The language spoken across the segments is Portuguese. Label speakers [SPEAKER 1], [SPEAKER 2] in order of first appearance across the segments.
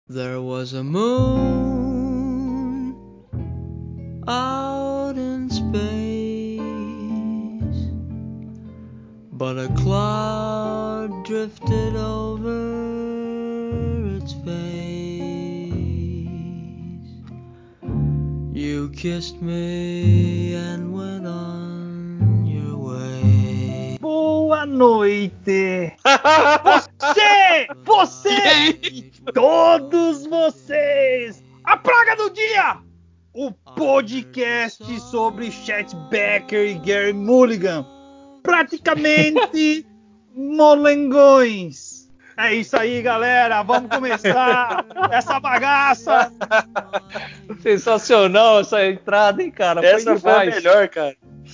[SPEAKER 1] There was a moon out in space, but a cloud drifted over its face. You kissed me and went on your way.
[SPEAKER 2] Boa noite! Você e todos vocês! A Praga do Dia! O podcast sobre Chet Baker e Gary Mulligan. Praticamente molengões. É isso aí, galera. Vamos começar essa bagaça.
[SPEAKER 3] Sensacional essa entrada, hein, cara?
[SPEAKER 4] Essa foi a melhor, cara.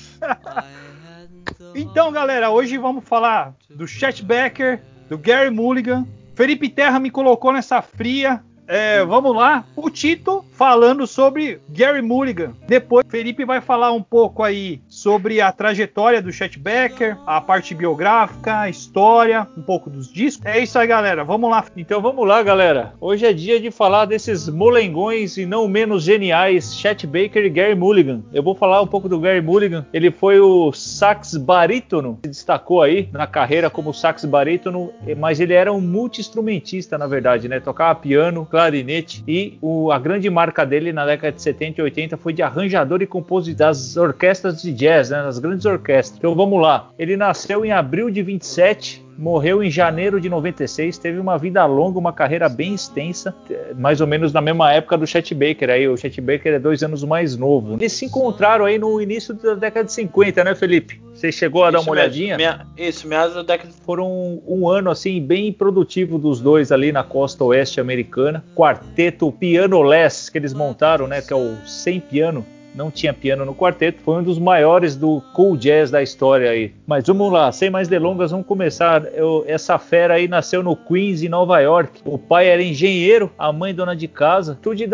[SPEAKER 2] Então, galera, hoje vamos falar do Chet Baker, do Gary Mulligan. Felipe Terra me colocou nessa fria. Vamos lá. O Tito falando sobre Gary Mulligan. Depois, Felipe vai falar um pouco aí sobre a trajetória do Chet Baker, a parte biográfica, a história, um pouco dos discos. É isso aí, galera. Vamos lá.
[SPEAKER 3] Então vamos lá, galera. Hoje é dia de falar desses molengões e não menos geniais, Chet Baker e Gary Mulligan. Eu vou falar um pouco do Gary Mulligan. Ele foi o sax barítono, se destacou aí na carreira como sax barítono, mas ele era um multi-instrumentista, na verdade, né? Tocava piano, clarinete, e a grande marca dele na década de 70 e 80 foi de arranjador e compositor das orquestras de jazz, né, das grandes orquestras. Então vamos lá, ele nasceu em abril de 27, morreu em janeiro de 96, teve uma vida longa, uma carreira bem extensa, mais ou menos na mesma época do Chet Baker. Aí, o Chet Baker é 2 anos mais novo. Eles se encontraram aí no início da década de 50, né, Felipe? Você chegou a dar uma olhadinha?
[SPEAKER 4] Meados da década.
[SPEAKER 3] Foram um ano assim bem produtivo dos dois ali na costa oeste americana. Quarteto piano-less que eles montaram, né, que é o sem piano. Não tinha piano no quarteto, foi um dos maiores do cool jazz da história aí. Mas vamos lá, sem mais delongas, vamos começar. Essa fera aí nasceu no Queens, em Nova York. O pai era engenheiro, a mãe dona de casa. Tudo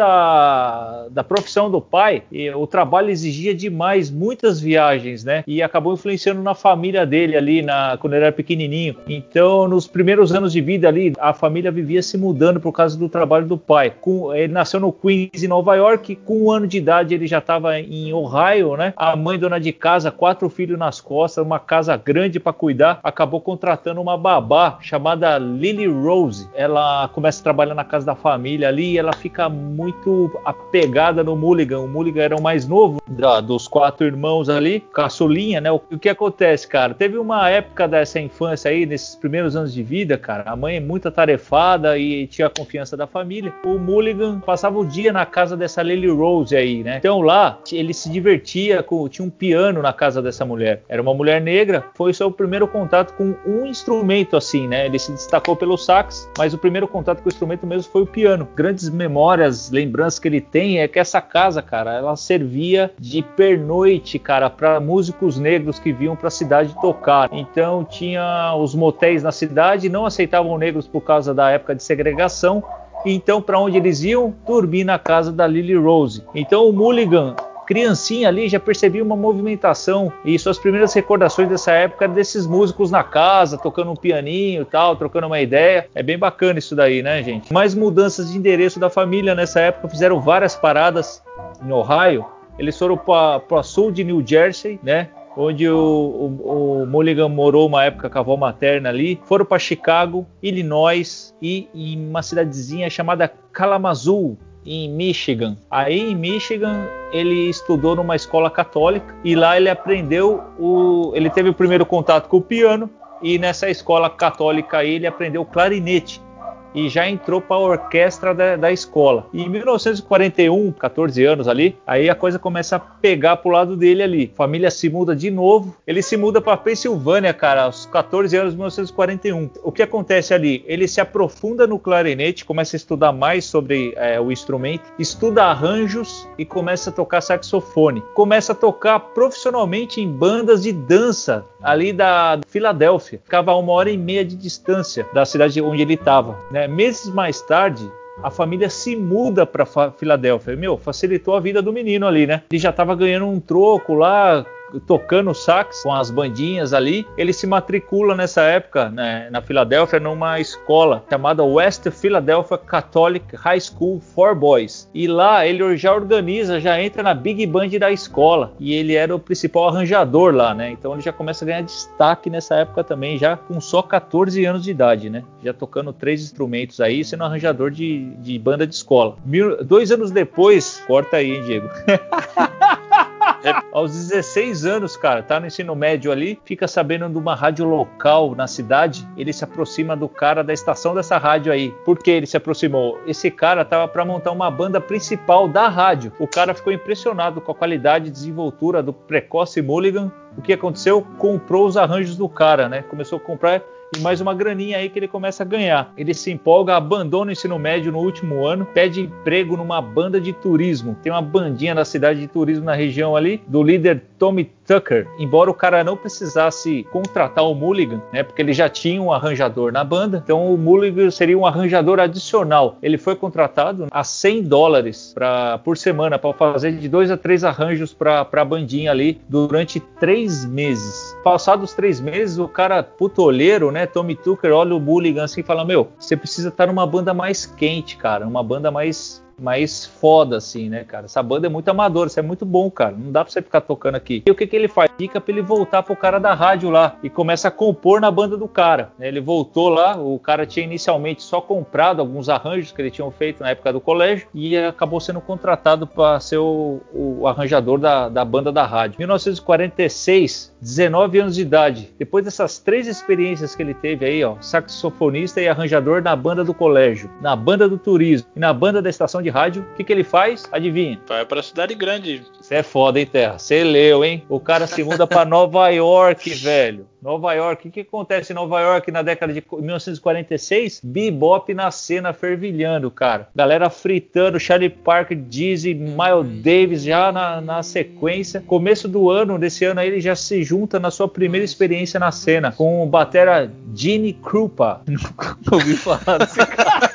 [SPEAKER 3] da profissão do pai, e o trabalho exigia demais, muitas viagens, né? E acabou influenciando na família dele ali, quando ele era pequenininho. Então, nos primeiros anos de vida ali, a família vivia se mudando por causa do trabalho do pai. Ele nasceu no Queens, em Nova York. Com 1 ano de idade, ele já estava em Ohio, né? A mãe dona de casa, 4 filhos nas costas, uma casa grande para cuidar, acabou contratando uma babá chamada Lily Rose. Ela começa a trabalhar na casa da família ali e ela fica muito apegada no Mulligan. O Mulligan era o mais novo dos 4 irmãos ali, caçulinha, né? O que acontece, cara? Teve uma época dessa infância aí, nesses primeiros anos de vida, cara, a mãe é muito atarefada e tinha a confiança da família. O Mulligan passava o dia na casa dessa Lily Rose aí, né? Então lá ele se divertia, tinha um piano na casa dessa mulher. Era uma mulher negra, foi o seu primeiro contato com um instrumento assim, né? Ele se destacou pelo sax, mas o primeiro contato com o instrumento mesmo foi o piano. Grandes memórias, lembranças que ele tem é que essa casa, cara, ela servia de pernoite, cara, para músicos negros que vinham para a cidade tocar. Então tinha os motéis na cidade, não aceitavam negros por causa da época de segregação. Então, para onde eles iam? Dormir na casa da Lily Rose. Então, o Mulligan, criancinha ali, já percebia uma movimentação, e suas primeiras recordações dessa época eram desses músicos na casa, tocando um pianinho e tal, trocando uma ideia. É bem bacana isso daí, né, gente? Mais mudanças de endereço da família nessa época, fizeram várias paradas em Ohio. Eles foram para o sul de New Jersey, né? Onde o Mulligan morou uma época com a avó materna ali. Foram para Chicago, Illinois e em uma cidadezinha chamada Kalamazoo, em Michigan. Aí em Michigan ele estudou numa escola católica e lá ele aprendeu, ele teve o primeiro contato com o piano, e nessa escola católica aí ele aprendeu clarinete e já entrou para a orquestra da escola. E em 1941, 14 anos ali, aí a coisa começa a pegar pro lado dele ali. A família se muda de novo, ele se muda para Pensilvânia, cara, aos 14 anos de 1941. O que acontece ali? Ele se aprofunda no clarinete, começa a estudar mais sobre o instrumento, estuda arranjos e começa a tocar saxofone. Começa a tocar profissionalmente em bandas de dança ali da Filadélfia. Ficava a 1h30 de distância da cidade onde ele estava, né? Meses mais tarde, a família se muda para Filadélfia. Facilitou a vida do menino ali, né? Ele já estava ganhando um troco lá, tocando sax com as bandinhas ali. Ele se matricula nessa época, né, na Filadélfia, numa escola chamada West Philadelphia Catholic High School for Boys. E lá ele já organiza, já entra na Big Band da escola. E ele era o principal arranjador lá, né? Então ele já começa a ganhar destaque nessa época também, já com só 14 anos de idade, né? Já tocando 3 instrumentos aí, sendo arranjador de banda de escola. 2 anos depois, corta aí, hein, Diego? Aos 16 anos, cara, tá no ensino médio ali, fica sabendo de uma rádio local na cidade, ele se aproxima do cara da estação dessa rádio aí. Por que ele se aproximou? Esse cara tava para montar uma banda principal da rádio. O cara ficou impressionado com a qualidade e desenvoltura do precoce Mulligan. O que aconteceu? Comprou os arranjos do cara, né? Começou a comprar e mais uma graninha aí que ele começa a ganhar. Ele se empolga, abandona o ensino médio no último ano, pede emprego numa banda de turismo. Tem uma bandinha na cidade de turismo na região ali, do líder Tommy Tucker. Embora o cara não precisasse contratar o Mulligan, né, porque ele já tinha um arranjador na banda, então o Mulligan seria um arranjador adicional. Ele foi contratado a $100 por semana para fazer de 2 a 3 arranjos para a bandinha ali durante 3 meses. Passados 3 meses, o cara putoleiro, né, Tommy Tucker, olha o Mulligan assim e fala: meu, você precisa estar numa banda mais quente, cara, uma banda mais foda, assim, né, cara? Essa banda é muito amadora, isso é muito bom, cara. Não dá pra você ficar tocando aqui. E o que ele faz? Fica pra ele voltar pro cara da rádio lá e começa a compor na banda do cara, né? Ele voltou lá, o cara tinha inicialmente só comprado alguns arranjos que ele tinha feito na época do colégio e acabou sendo contratado para ser o arranjador da banda da rádio. 1946, 19 anos de idade. Depois dessas 3 experiências que ele teve aí, ó, saxofonista e arranjador na banda do colégio, na banda do turismo e na banda da estação de rádio, o que ele faz? Adivinha?
[SPEAKER 4] Vai pra cidade grande.
[SPEAKER 3] Você é foda, hein, Terra? Você leu, hein? O cara se muda pra Nova York, velho. Nova York. O que acontece em Nova York na década de 1946? Bebop na cena fervilhando, cara. Galera fritando, Charlie Parker, Dizzy, Miles Davis já na sequência. Começo do ano, desse ano aí, ele já se junta na sua primeira experiência na cena com o batera Gene Krupa. Nunca ouvi falar desse cara.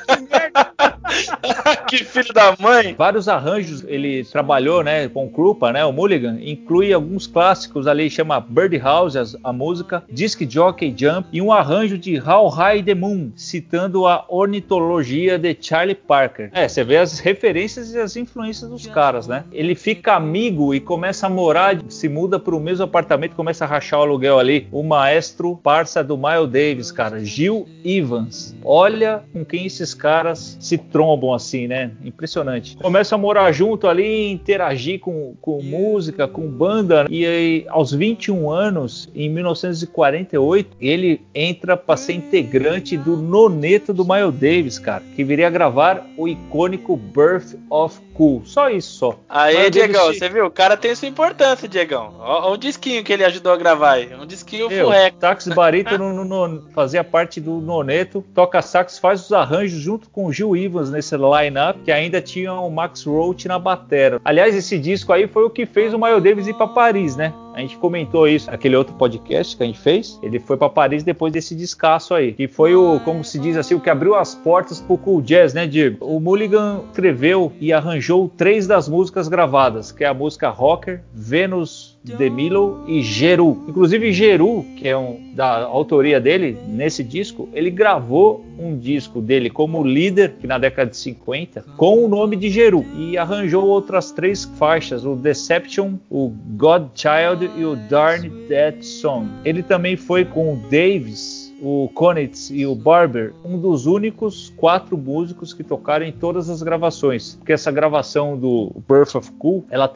[SPEAKER 4] Que filho da mãe!
[SPEAKER 3] Vários arranjos ele trabalhou, né, com o Krupa, né, o Mulligan, inclui alguns clássicos ali, chama Birdhouse, a música, Disc Jockey Jump e um arranjo de How High the Moon, citando a ornitologia de Charlie Parker. Você vê as referências e as influências dos caras, né? Ele fica amigo e começa a morar, se muda para o mesmo apartamento, começa a rachar o aluguel ali. O maestro parça do Miles Davis, cara, Gil Evans. Olha com quem esses caras se trombam assim, né? Impressionante. Começa a morar junto ali, interagir com música, com banda. E aí, aos 21 anos, em 1948, ele entra para ser integrante do noneto do Miles Davis, cara, que viria a gravar o icônico Birth of Cool. Só isso, só.
[SPEAKER 4] Aí, Diegão, você viu? O cara tem sua importância, Diegão. Olha o disquinho que ele ajudou a gravar aí. Um disquinho furreco.
[SPEAKER 3] Sax barítono fazia parte do noneto, toca sax, faz os arranjos junto com o Gil Evans nesse line-up, que ainda tinha o Max Roach na batera. Aliás, esse disco aí foi o que fez o Miles Davis ir para Paris, né? A gente comentou isso naquele outro podcast que a gente fez. Ele foi para Paris depois desse descasso aí. Que foi o, como se diz assim, o que abriu as portas pro cool jazz, né, Diego? O Mulligan escreveu e arranjou 3 das músicas gravadas, que é a música Rocker, Venus de Milo e Geru. Inclusive Geru, que é da autoria dele nesse disco, ele gravou um disco dele como líder, que na década de 50, com o nome de Geru, e arranjou outras 3 faixas, o Deception, o Godchild e o Darn That Song. Ele também foi com o Davis, o Konitz e o Barber, um dos únicos 4 músicos que tocaram em todas as gravações, porque essa gravação do Birth of Cool, ela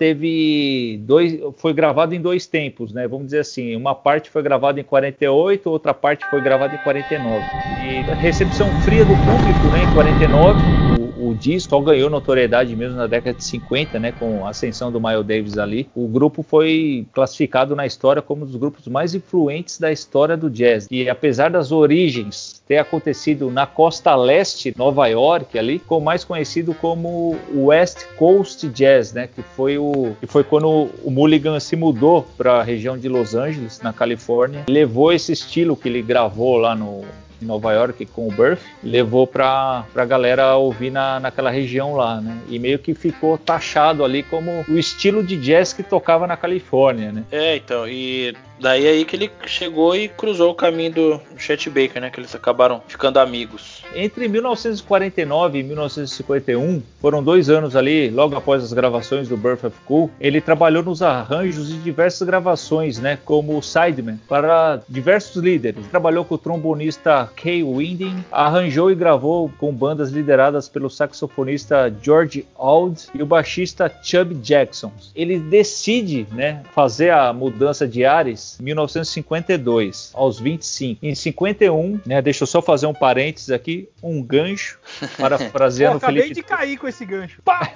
[SPEAKER 3] foi gravada em 2 tempos, né? Vamos dizer assim, uma parte foi gravada em 48, outra parte foi gravada em 49. E a recepção fria do público, né, em 49, o disco só ganhou notoriedade mesmo na década de 50, né, com a ascensão do Miles Davis ali. O grupo foi classificado na história como um dos grupos mais influentes da história do jazz. E apesar das origens ter acontecido na costa leste, Nova York ali, ficou mais conhecido como West Coast Jazz, né, que foi quando o Mulligan se mudou para a região de Los Angeles, na Califórnia, levou esse estilo que ele gravou lá em Nova York com o Birth, levou pra galera ouvir naquela região lá, né? E meio que ficou taxado ali como o estilo de jazz que tocava na Califórnia, né?
[SPEAKER 4] Então, e daí aí que ele chegou e cruzou o caminho do Chet Baker, né? Que eles acabaram ficando amigos.
[SPEAKER 3] Entre 1949 e 1951, foram 2 anos ali, logo após as gravações do Birth of Cool, ele trabalhou nos arranjos de diversas gravações, né, como sideman, para diversos líderes. Trabalhou com o trombonista Kay Winding, arranjou e gravou com bandas lideradas pelo saxofonista George Auld e o baixista Chubby Jackson. Ele decide, né, fazer a mudança de ares em 1952, aos 25. Em 51, né, deixa eu só fazer um parênteses aqui, um gancho, parafraseando o Felipe.
[SPEAKER 2] Acabei de cair com esse gancho. Pá!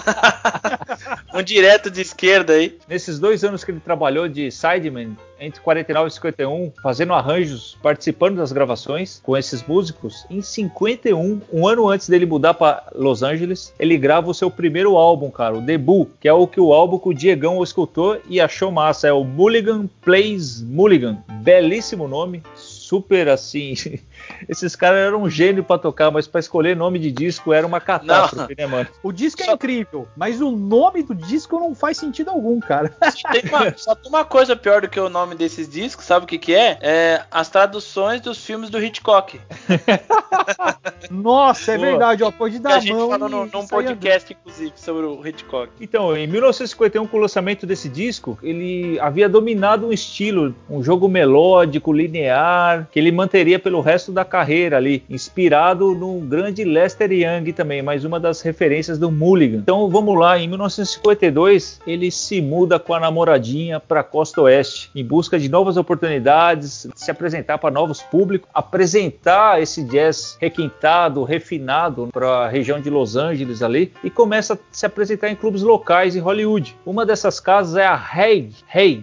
[SPEAKER 4] Um direto de esquerda aí.
[SPEAKER 3] Nesses 2 anos que ele trabalhou de sideman, entre 49 e 51, fazendo arranjos, participando das gravações com esses músicos, em 51, um ano antes dele mudar para Los Angeles, ele grava o seu primeiro álbum, cara, o debut, que é o álbum que o Diegão escutou e achou massa, é o Mulligan Plays Mulligan. Belíssimo nome, super assim. Esses caras eram um gênio pra tocar, mas pra escolher nome de disco era uma catástrofe, né, mano?
[SPEAKER 2] O disco é incrível, mas o nome do disco não faz sentido algum, cara.
[SPEAKER 4] Só tem uma coisa pior do que o nome desses discos, sabe o que é? É as traduções dos filmes do Hitchcock.
[SPEAKER 2] Nossa, é verdade, ó, pode dar
[SPEAKER 4] a
[SPEAKER 2] a
[SPEAKER 4] gente
[SPEAKER 2] mão
[SPEAKER 4] falou num podcast, inclusive, sobre o Hitchcock.
[SPEAKER 3] Então, em 1951, com o lançamento desse disco, ele havia dominado um estilo, um jogo melódico, linear, que ele manteria pelo resto da carreira ali, inspirado no grande Lester Young também, mais uma das referências do Mulligan. Então vamos lá, em 1952 ele se muda com a namoradinha para a Costa Oeste, em busca de novas oportunidades, se apresentar para novos públicos, apresentar esse jazz requintado, refinado para a região de Los Angeles ali, e começa a se apresentar em clubes locais em Hollywood. Uma dessas casas é a Haig.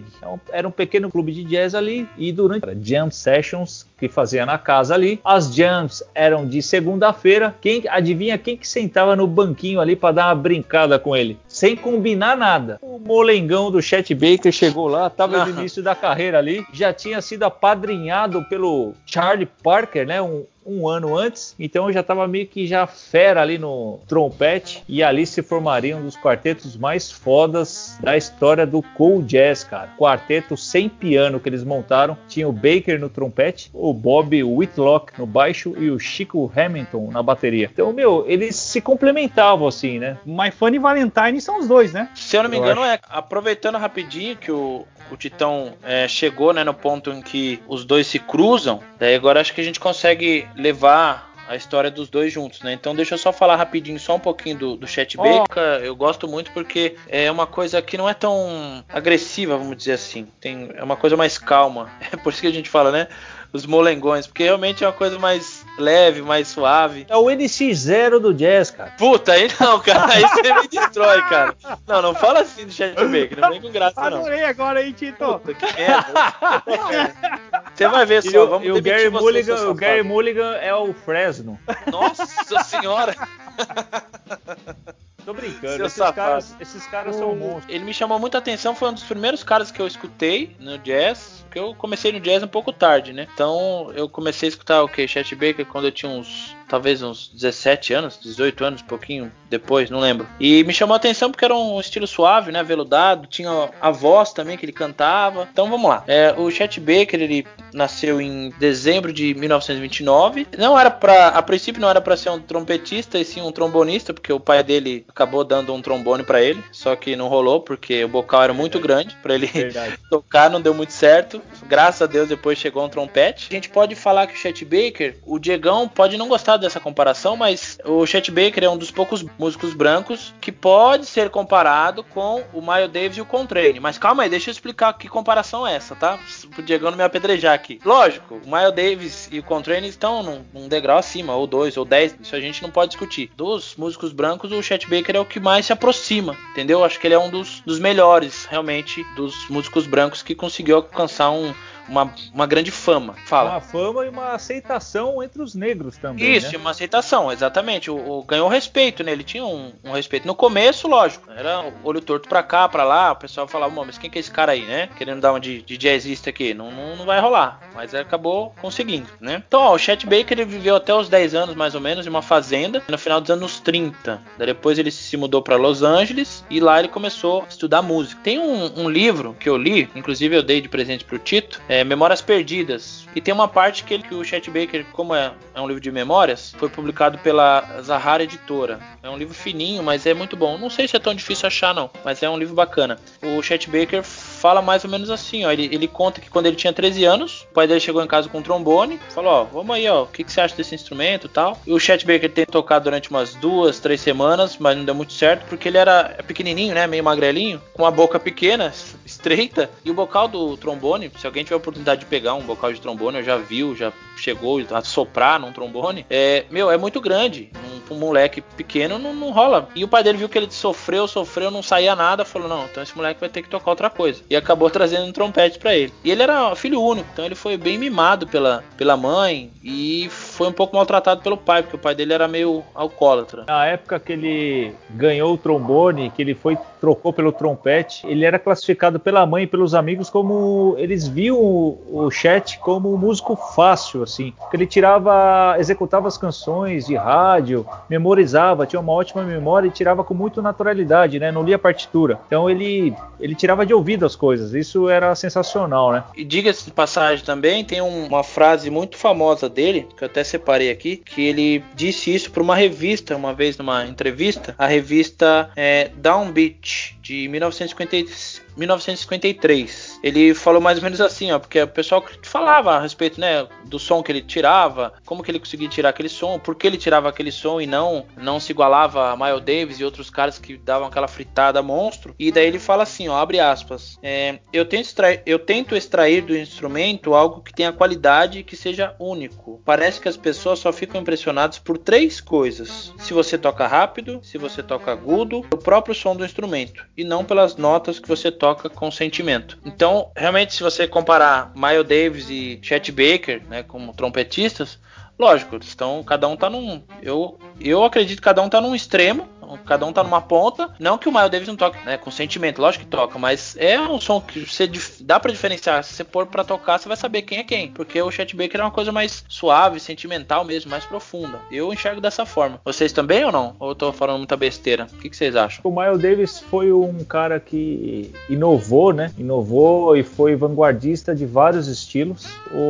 [SPEAKER 3] Era um pequeno clube de jazz ali, e durante jam sessions que fazia na casa ali, as jams eram de segunda-feira. Adivinha quem que sentava no banquinho ali para dar uma brincada com ele? Sem combinar nada. O molengão do Chet Baker chegou lá, estava no início da carreira ali, já tinha sido apadrinhado pelo Charlie Parker, né? Um ano antes, então eu já estava meio que já fera ali no trompete, e ali se formaria um dos quartetos mais fodas da história do cool jazz, cara. Quarteto sem piano que eles montaram, tinha o Baker no trompete, o Bob Whitlock no baixo e o Chico Hamilton na bateria. Então, eles se complementavam assim, né?
[SPEAKER 2] My Funny Valentine são os dois, né?
[SPEAKER 4] Se eu não me engano, aproveitando rapidinho que o Titão chegou, né, no ponto em que os dois se cruzam, daí agora acho que a gente consegue levar a história dos dois juntos, né? Então deixa eu só falar rapidinho, só um pouquinho do Chet Baker. Eu gosto muito porque é uma coisa que não é tão agressiva, vamos dizer assim. É uma coisa mais calma. É por isso que a gente fala, né? Os molengões, porque realmente é uma coisa mais leve, mais suave.
[SPEAKER 3] É o NX0 do jazz, cara.
[SPEAKER 4] Puta, aí não, cara, aí você me destrói, cara. Não fala assim do Chet Baker, não vem com graça, não.
[SPEAKER 2] Adorei agora, hein, Tito?
[SPEAKER 4] Puta, que merda. Você vai ver só, vamos demitir você.
[SPEAKER 3] O Gary Mulligan é o Fresno.
[SPEAKER 4] Nossa senhora.
[SPEAKER 3] Tô brincando, esses caras são monstros.
[SPEAKER 4] Ele me chamou muita atenção, foi um dos primeiros caras que eu escutei no jazz, porque eu comecei no jazz um pouco tarde, né? Então eu comecei a escutar Chet Baker quando eu tinha talvez uns 17 anos, 18 anos, um pouquinho depois, não lembro. E me chamou a atenção porque era um estilo suave, né, veludado, tinha a voz também que ele cantava. Então vamos lá. O Chet Baker, ele nasceu em dezembro de 1929. A princípio não era para ser um trompetista, e sim um trombonista, porque o pai dele acabou dando um trombone para ele, só que não rolou porque o bocal era muito grande para ele tocar, não deu muito certo. Graças a Deus depois chegou um trompete. A gente pode falar que o Chet Baker, o Diegão pode não gostar dessa comparação, mas o Chet Baker é um dos poucos músicos brancos que pode ser comparado com o Miles Davis e o Coltrane. Mas calma aí, deixa eu explicar que comparação é essa, tá? Pro Diegão não me apedrejar aqui. Lógico, o Miles Davis e o Coltrane estão num degrau acima, ou 2, ou 10, isso a gente não pode discutir. Dos músicos brancos, o Chet Baker é o que mais se aproxima, entendeu? Acho que ele é um dos melhores, realmente, dos músicos brancos que conseguiu alcançar um uma grande fama. Fala.
[SPEAKER 3] Uma fama e uma aceitação entre os negros também.
[SPEAKER 4] Isso,
[SPEAKER 3] né?
[SPEAKER 4] uma aceitação, exatamente. Ganhou respeito, né? Ele tinha um respeito. No começo, lógico, era olho torto pra cá, pra lá. O pessoal falava, mas quem que é esse cara aí, né? Querendo dar uma de jazzista aqui. Não vai rolar. Mas ele acabou conseguindo, né? Então, ó, o Chet Baker ele viveu até os 10 anos, mais ou menos, em uma fazenda, no final dos anos 30. Depois ele se mudou pra Los Angeles e lá ele começou a estudar música. Tem um livro que eu li, inclusive eu dei de presente pro Tito, Memórias Perdidas. E tem uma parte que o Chet Baker, como é um livro de memórias, foi publicado pela Zahara Editora. É um livro fininho, mas é muito bom. Não sei se é tão difícil achar, não, mas é um livro bacana. O Chet Baker fala mais ou menos assim, ó. Ele conta que quando ele tinha 13 anos, o pai dele chegou em casa com um trombone, falou, ó, vamos aí, ó, o que você acha desse instrumento e tal. E o Chet Baker tem tocado durante umas 2, 3 semanas, mas não deu muito certo, porque ele era pequenininho, né, meio magrelinho, com uma boca pequena, estreita, e o bocal do trombone, se alguém tiver a oportunidade de pegar um bocal de trombone, eu já viu, já chegou a soprar num trombone, é muito grande. Um moleque pequeno não rola. E o pai dele viu que ele sofreu, não saía nada, falou, não, então esse moleque vai ter que tocar outra coisa. E acabou trazendo um trompete pra ele. E ele era filho único, então ele foi bem mimado pela mãe e foi um pouco maltratado pelo pai, porque o pai dele era meio alcoólatra.
[SPEAKER 3] Na época que ele ganhou o trombone, que ele trocou pelo trompete, ele era classificado pela mãe e pelos amigos como, eles viam o Chet como um músico fácil, assim, que ele executava as canções de rádio, memorizava, tinha uma ótima memória e tirava com muita naturalidade, né? Não lia partitura. Então ele tirava de ouvido as coisas. Isso era sensacional, né?
[SPEAKER 4] E diga-se de passagem também, tem uma frase muito famosa dele, que eu até separei aqui, que ele disse isso para uma revista, uma vez numa entrevista, a revista Downbeat, de 1953. Ele falou mais ou menos assim, ó, porque o pessoal falava a respeito, né, do som que ele tirava, como que ele conseguia tirar aquele som, por que ele tirava aquele som e não se igualava a Miles Davis e outros caras que davam aquela fritada monstro. E daí ele fala assim, ó, abre aspas, eu tento extrair do instrumento algo que tenha qualidade e que seja único. Parece que as pessoas só ficam impressionadas por 3 coisas: se você toca rápido, se você toca agudo, o próprio som do instrumento, e não pelas notas que você toca com sentimento. Então, realmente, se você comparar Miles Davis e Chet Baker, né, como trompetistas, lógico, cada um tá num... Eu acredito que cada um tá num extremo, cada um tá numa ponta. Não que o Miles Davis não toque, né, com sentimento, lógico que toca, mas é um som que você dá pra diferenciar. Se você pôr pra tocar, você vai saber quem é quem, porque o Chet Baker é uma coisa mais suave, sentimental mesmo, mais profunda. Eu enxergo dessa forma. Vocês também ou não? Ou eu tô falando muita besteira? O que vocês acham?
[SPEAKER 3] O Miles Davis foi um cara que inovou, né? Inovou e foi vanguardista de vários estilos.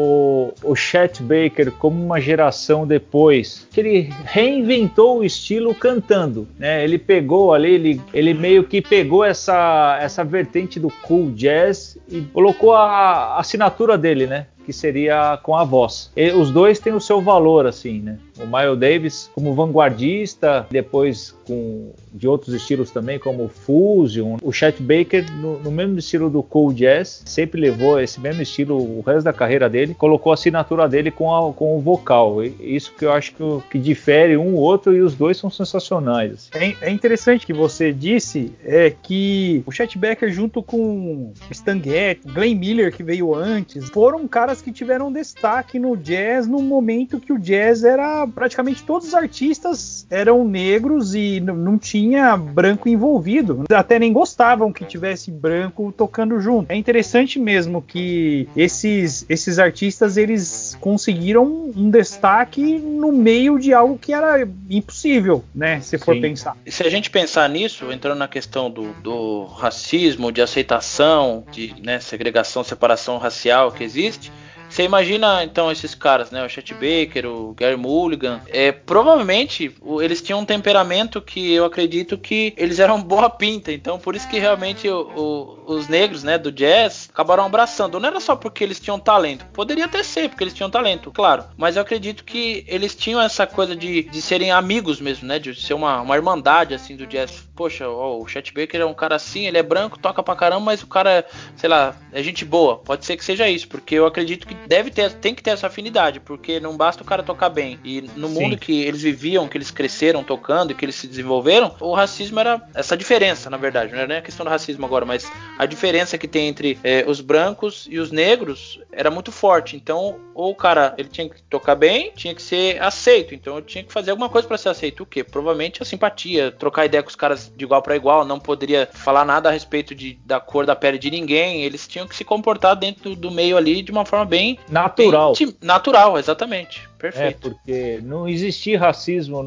[SPEAKER 3] O Chet Baker, como uma geração depois, que ele reinventou o estilo cantando, né? Ele pegou ali, ele meio que pegou essa vertente do cool jazz e colocou a assinatura dele, né? Que seria com a voz. E os dois têm o seu valor, assim, né? O Miles Davis como vanguardista, depois de outros estilos também, como o Fusion. O Chet Baker, no mesmo estilo do cool jazz, sempre levou esse mesmo estilo o resto da carreira dele, colocou a assinatura dele com o vocal. Isso que eu acho que difere um ou outro, e os dois são sensacionais.
[SPEAKER 2] Assim. É interessante que você disse que o Chet Baker, junto com o Stan Getz, Glenn Miller, que veio antes, foram caras que tiveram destaque no jazz no momento que o jazz era... praticamente todos os artistas eram negros e não tinha branco envolvido. Até nem gostavam que tivesse branco tocando junto. É interessante mesmo que esses artistas, eles conseguiram um destaque no meio de algo que era impossível, né? Se for pensar.
[SPEAKER 4] E se a gente pensar nisso, entrando na questão do racismo, de aceitação, de, né, segregação, separação racial que existe... Você imagina, então, esses caras, né? O Chet Baker, o Gary Mulligan. Provavelmente, eles tinham um temperamento que eu acredito que eles eram boa pinta. Então, por isso que realmente os negros, né, do jazz acabaram abraçando. Não era só porque eles tinham talento. Poderia até ser, porque eles tinham talento, claro. Mas eu acredito que eles tinham essa coisa de serem amigos mesmo, né? De ser uma irmandade, assim, do jazz. Poxa, o Chet Baker é um cara assim, ele é branco, toca pra caramba, mas o cara, sei lá, é gente boa. Pode ser que seja isso, porque eu acredito que tem que ter essa afinidade, porque não basta o cara tocar bem. E no mundo que eles viviam, que eles cresceram tocando e que eles se desenvolveram, o racismo era essa diferença, na verdade. Não é nem a questão do racismo agora, mas a diferença que tem entre os brancos e os negros era muito forte. Então, ou o cara ele tinha que tocar bem, tinha que ser aceito. Então, eu tinha que fazer alguma coisa para ser aceito. O quê? Provavelmente a simpatia, trocar ideia com os caras de igual para igual, não poderia falar nada a respeito da cor da pele de ninguém. Eles tinham que se comportar dentro do meio ali de uma forma bem
[SPEAKER 3] natural.
[SPEAKER 4] Natural, exatamente. Perfeito.
[SPEAKER 3] Porque não existia racismo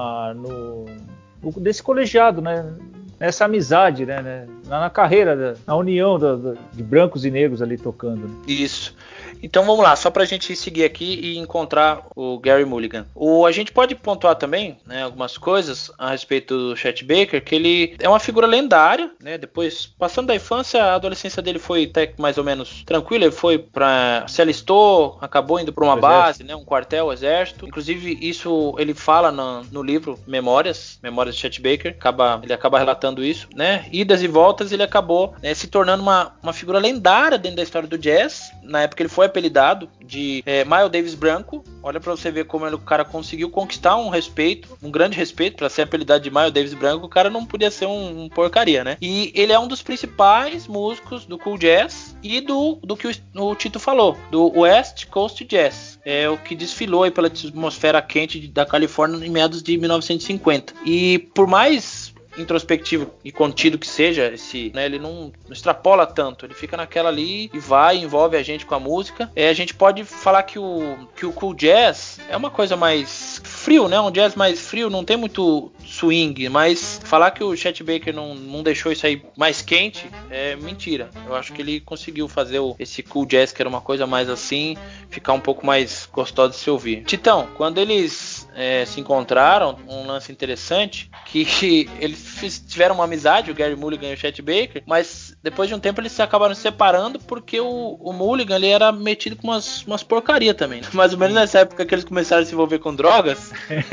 [SPEAKER 3] desse colegiado, né? Nessa amizade, né? Na carreira, na união de brancos e negros ali tocando. Né?
[SPEAKER 4] Isso. Então vamos lá, só pra gente seguir aqui e encontrar o Gary Mulligan. A gente pode pontuar também, né, algumas coisas a respeito do Chet Baker, que ele é uma figura lendária, né? Depois, passando da infância, a adolescência dele foi até mais ou menos tranquila. Ele se alistou, acabou indo pra uma base, né, um quartel, exército. Inclusive, isso ele fala no livro Memórias de Chet Baker. Ele acaba relatando isso, né? Idas e voltas, ele acabou se tornando uma figura lendária dentro da história do jazz. Na época ele foi apelidado de Miles Davis branco. Olha pra você ver como o cara conseguiu conquistar um grande respeito. Pra ser apelidado de Miles Davis branco, o cara não podia ser um porcaria, né? E ele é um dos principais músicos do cool jazz e do que o Tito falou, do West Coast Jazz. É o que desfilou aí pela atmosfera quente da Califórnia em meados de 1950. E por mais introspectivo e contido que seja, ele não extrapola tanto, ele fica naquela ali e envolve a gente com a música. A gente pode falar que o cool jazz é uma coisa mais frio, né? Um jazz mais frio, não tem muito swing, mas falar que o Chet Baker não deixou isso aí mais quente é mentira. Eu acho que ele conseguiu fazer esse cool jazz, que era uma coisa mais assim, ficar um pouco mais gostoso de se ouvir. Titão, quando eles se encontraram, um lance interessante, que eles tiveram uma amizade, o Gary Mulligan e o Chet Baker, mas depois de um tempo eles se acabaram se separando porque o Mulligan ele era metido com umas porcaria também, mais ou menos nessa época que eles começaram a se envolver com drogas.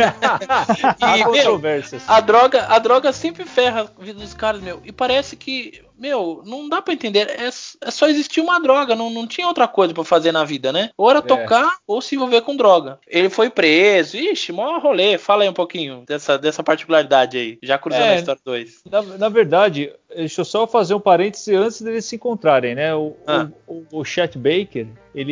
[SPEAKER 3] Há controvérsias.
[SPEAKER 4] A droga sempre ferra a vida dos caras, e parece que não dá pra entender. É só existir uma droga, não tinha outra coisa pra fazer na vida, né? Ou era tocar ou se envolver com droga. Ele foi preso, mó rolê. Fala aí um pouquinho dessa particularidade aí, já cruzando a história 2.
[SPEAKER 3] Na verdade, deixa eu só fazer um parêntese antes deles se encontrarem, né? O Chet Baker,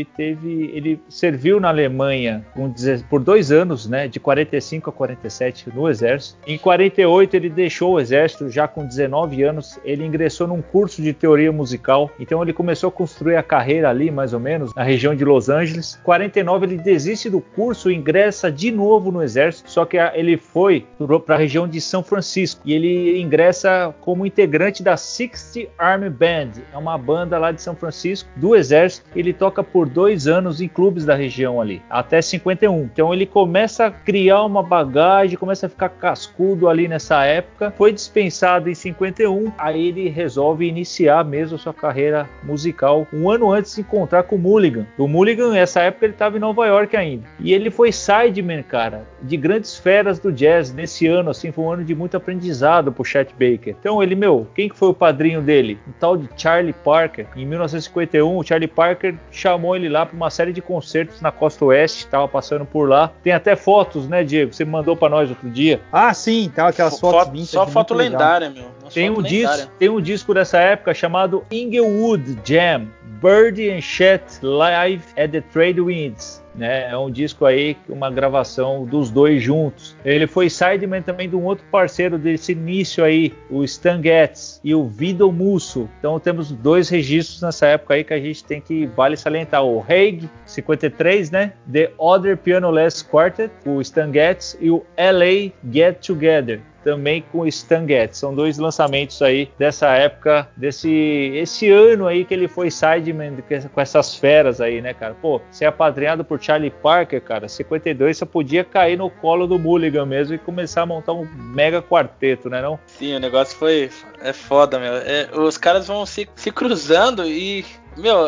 [SPEAKER 3] ele serviu na Alemanha por 2 anos, né? De 45 a 47 no exército. Em 48 ele deixou o exército já com 19 anos. Ele ingressou num curso de teoria musical. Então ele começou a construir a carreira ali, mais ou menos, na região de Los Angeles. Em 49 ele desiste do curso e ingressa de novo no exército. Só que ele foi para a região de São Francisco. E ele ingressa como integrante da 60th Army Band. É uma banda lá de São Francisco, do exército. Ele toca por 2 anos em clubes da região ali, até 51. Então ele começa a criar uma bagagem, começa a ficar cascudo ali nessa época. Foi dispensado em 51, aí ele resolve iniciar mesmo a sua carreira musical, um ano antes de se encontrar com o Mulligan. O Mulligan, nessa época, ele estava em Nova York ainda. E ele foi sideman, cara, de grandes feras do jazz nesse ano, assim, foi um ano de muito aprendizado pro Chet Baker. Então ele, quem que foi o padrinho dele? Um tal de Charlie Parker. Em 1951, o Charlie Parker chamou ele lá para uma série de concertos na Costa Oeste, tava passando por lá. Tem até fotos, né, Diego? Você mandou para nós outro dia.
[SPEAKER 2] Ah, sim, tá aquelas fotos vintage.
[SPEAKER 4] Só foto lendária,
[SPEAKER 3] Tem um disco dessa época chamado Inglewood Jam, Bird and Chet Live at the Trade Winds. Né? É um disco aí, uma gravação dos dois juntos. Ele foi sideman também de um outro parceiro desse início aí, o Stan Getz e o Vido Musso. Então temos 2 registros nessa época aí que a gente tem que vale salientar. O Hague, 53, né? The Other Piano-Less Quartet, o Stan Getz, e o LA Get Together, também com o Stan Getz. São 2 lançamentos aí dessa época, esse ano aí que ele foi sideman com essas feras aí, né, cara? Pô, ser apadrinhado por Charlie Parker, cara, 52, você podia cair no colo do Mulligan mesmo e começar a montar um mega quarteto, né, não?
[SPEAKER 4] Sim, o negócio é foda, os caras vão se cruzando e,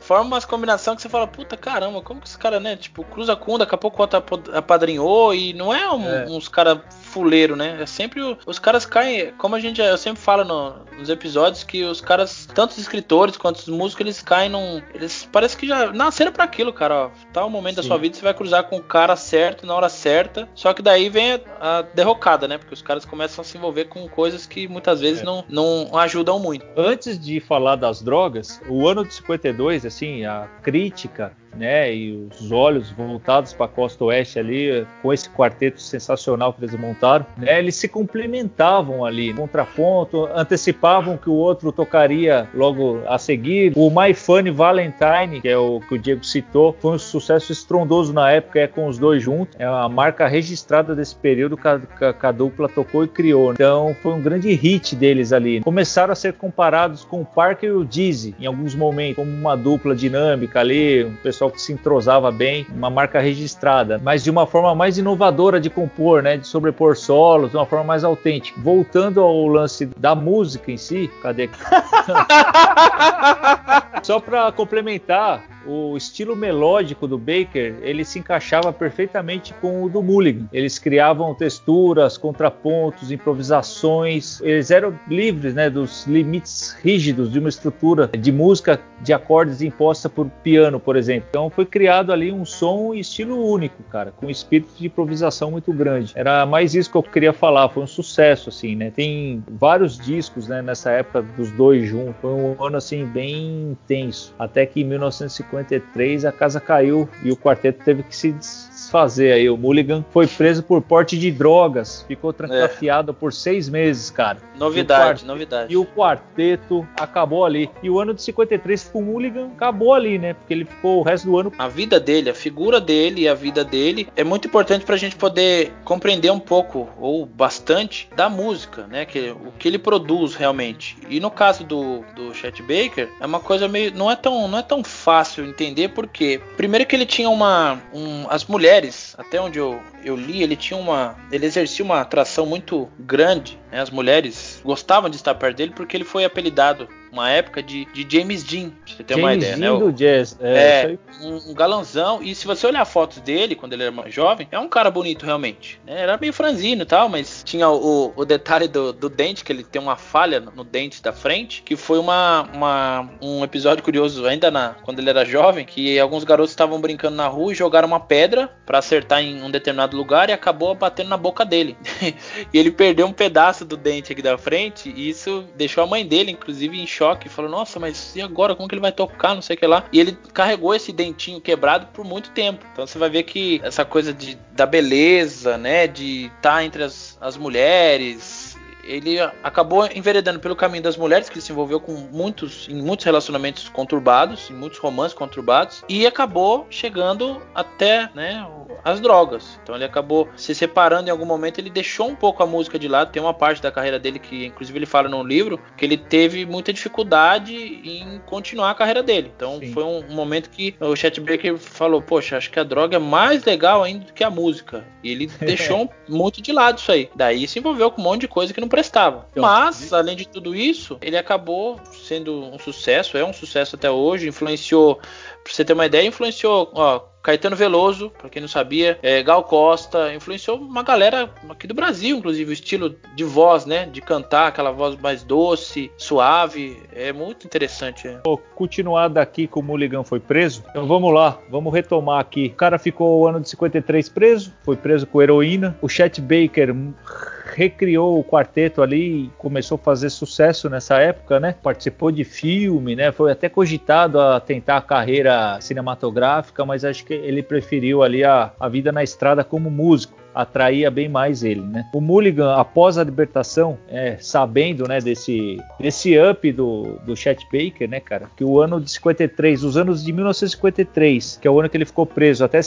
[SPEAKER 4] forma umas combinações que você fala, puta caramba, como que esse cara, né? Tipo, cruza com um, daqui a pouco o outro apadrinhou, e não é uns caras fuleiro, né? É sempre os caras caem, como eu sempre falo nos episódios, que os caras, tanto os escritores quanto os músicos, eles caem eles parece que já nasceram pra aquilo, cara, ó. Tá o momento da sua vida, você vai cruzar com o cara certo, na hora certa, só que daí vem a derrocada, né? Porque os caras começam a se envolver com coisas que muitas vezes não ajudam muito.
[SPEAKER 3] Antes de falar das drogas, o ano de 52, assim, a crítica, né, e os olhos voltados para a costa oeste ali, com esse quarteto sensacional que eles montaram, né, eles se complementavam ali, contraponto, antecipavam que o outro tocaria logo a seguir. O My Funny Valentine, que é o que o Diego citou, foi um sucesso estrondoso na época, com os dois juntos, é a marca registrada desse período que a dupla tocou e criou. Então foi um grande hit deles ali. Começaram a ser comparados com o Parker e o Dizzy em alguns momentos, como uma dupla dinâmica ali, um pessoal que se entrosava bem, uma marca registrada, mas de uma forma mais inovadora de compor, né, de sobrepor solos, de uma forma mais autêntica. Voltando ao lance da música em si, cadê? Só para complementar, o estilo melódico do Baker, ele se encaixava perfeitamente com o do Mulligan. Eles criavam texturas, contrapontos, improvisações. Eles eram livres, né, dos limites rígidos de uma estrutura de música de acordes imposta por piano, por exemplo. Então foi criado ali um som e estilo único, cara, com um espírito de improvisação muito grande. Era mais isso que eu queria falar. Foi um sucesso, assim, né? Tem vários discos, né, nessa época dos dois juntos. Foi um ano, assim, bem intenso. Até que em 1953 a casa caiu e o quarteto teve que se desfazer aí. O Mulligan foi preso por porte de drogas, ficou trancafiado por 6 meses, cara.
[SPEAKER 4] Novidade.
[SPEAKER 3] E o quarteto acabou ali. E o ano de 53 com o Mulligan acabou ali, né? Porque ele ficou o resto do ano.
[SPEAKER 4] A vida dele, a figura dele e a vida dele é muito importante pra gente poder compreender um pouco, ou bastante, da música, né? O que ele produz realmente. E no caso do Chet Baker, é uma coisa meio... Não é tão fácil entender, porque primeiro que ele tinha as mulheres, até onde eu li, ele exercia uma atração muito grande, né? As mulheres gostavam de estar perto dele porque ele foi apelidado uma época de James Dean, pra você ter uma ideia, né?
[SPEAKER 3] Do jazz.
[SPEAKER 4] Um galanzão. E se você olhar fotos dele quando ele era mais jovem, é um cara bonito realmente, né? Era meio franzino e tal, mas tinha o detalhe do dente, que ele tem uma falha no dente da frente, que foi um episódio curioso ainda quando ele era jovem, que alguns garotos estavam brincando na rua e jogaram uma pedra pra acertar em um determinado lugar e acabou batendo na boca dele. E ele perdeu um pedaço do dente aqui da frente, e isso deixou a mãe dele, inclusive, em choque, falou, nossa, mas e agora, como que ele vai tocar, não sei o que lá, e ele carregou esse dentinho quebrado por muito tempo. Então você vai ver que essa coisa da beleza, né, de estar entre as mulheres, ele acabou enveredando pelo caminho das mulheres, que ele se envolveu em muitos relacionamentos conturbados, em muitos romances conturbados, e acabou chegando até, né, as drogas. Então ele acabou se separando em algum momento, ele deixou um pouco a música de lado. Tem uma parte da carreira dele que, inclusive, ele fala num livro, que ele teve muita dificuldade em continuar a carreira dele. Então Sim. Foi um momento que o Chet Baker falou, poxa, acho que a droga é mais legal ainda do que a música. E ele deixou muito de lado isso aí. Daí se envolveu com um monte de coisa que não prestava. Mas, além de tudo isso, ele acabou sendo um sucesso, é um sucesso até hoje, influenciou, pra você ter uma ideia, Caetano Veloso, pra quem não sabia, Gal Costa, influenciou uma galera aqui do Brasil, inclusive, o estilo de voz, né, de cantar, aquela voz mais doce, suave, é muito interessante.
[SPEAKER 3] Vou continuar daqui que o Mulligan foi preso, então vamos lá, vamos retomar aqui. O cara ficou o ano de 53 preso, foi preso com heroína, o Chet Baker recriou o quarteto ali e começou a fazer sucesso nessa época, né? Participou de filme, né? Foi até cogitado a tentar a carreira cinematográfica, mas acho que ele preferiu ali a vida na estrada como músico. Atraía bem mais ele, né? O Mulligan, após a libertação, sabendo, né, desse up do Chet Baker, né, cara, que o ano de 53, os anos de 1953, que é o ano que ele ficou preso, até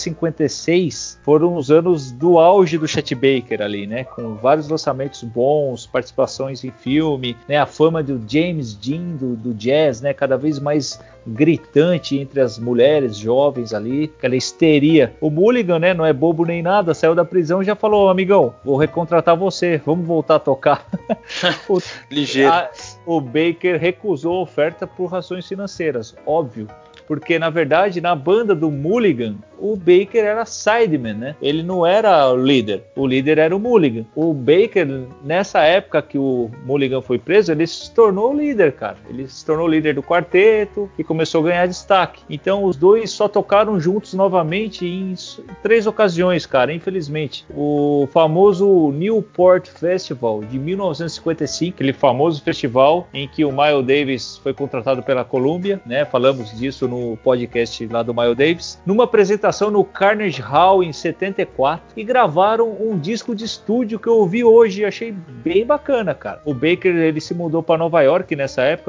[SPEAKER 3] 56, foram os anos do auge do Chet Baker ali, né, com vários lançamentos bons, participações em filme, né, a fama do James Dean do jazz, né, cada vez mais gritante entre as mulheres jovens ali, aquela histeria. O Mulligan, né, não é bobo nem nada, saiu da prisão e já falou, amigão, vou recontratar você, vamos voltar a tocar.
[SPEAKER 4] Ligeiro.
[SPEAKER 3] O Baker recusou a oferta por razões financeiras, óbvio. porque na verdade na banda do Mulligan o Baker era sideman, né? Ele não era o líder era o Mulligan. O Baker, nessa época que o Mulligan foi preso, ele se tornou o líder, cara. Ele se tornou o líder do quarteto e começou a ganhar destaque. Então os dois só tocaram juntos novamente em 3 ocasiões, cara, infelizmente. O famoso Newport Festival de 1955, aquele famoso festival em que o Miles Davis foi contratado pela Columbia, né? Falamos disso no podcast lá do Miles Davis. Numa apresentação no Carnegie Hall em 74 e gravaram um disco de estúdio que eu ouvi hoje e achei bem bacana, cara. O Baker, ele se mudou para Nova York nessa época,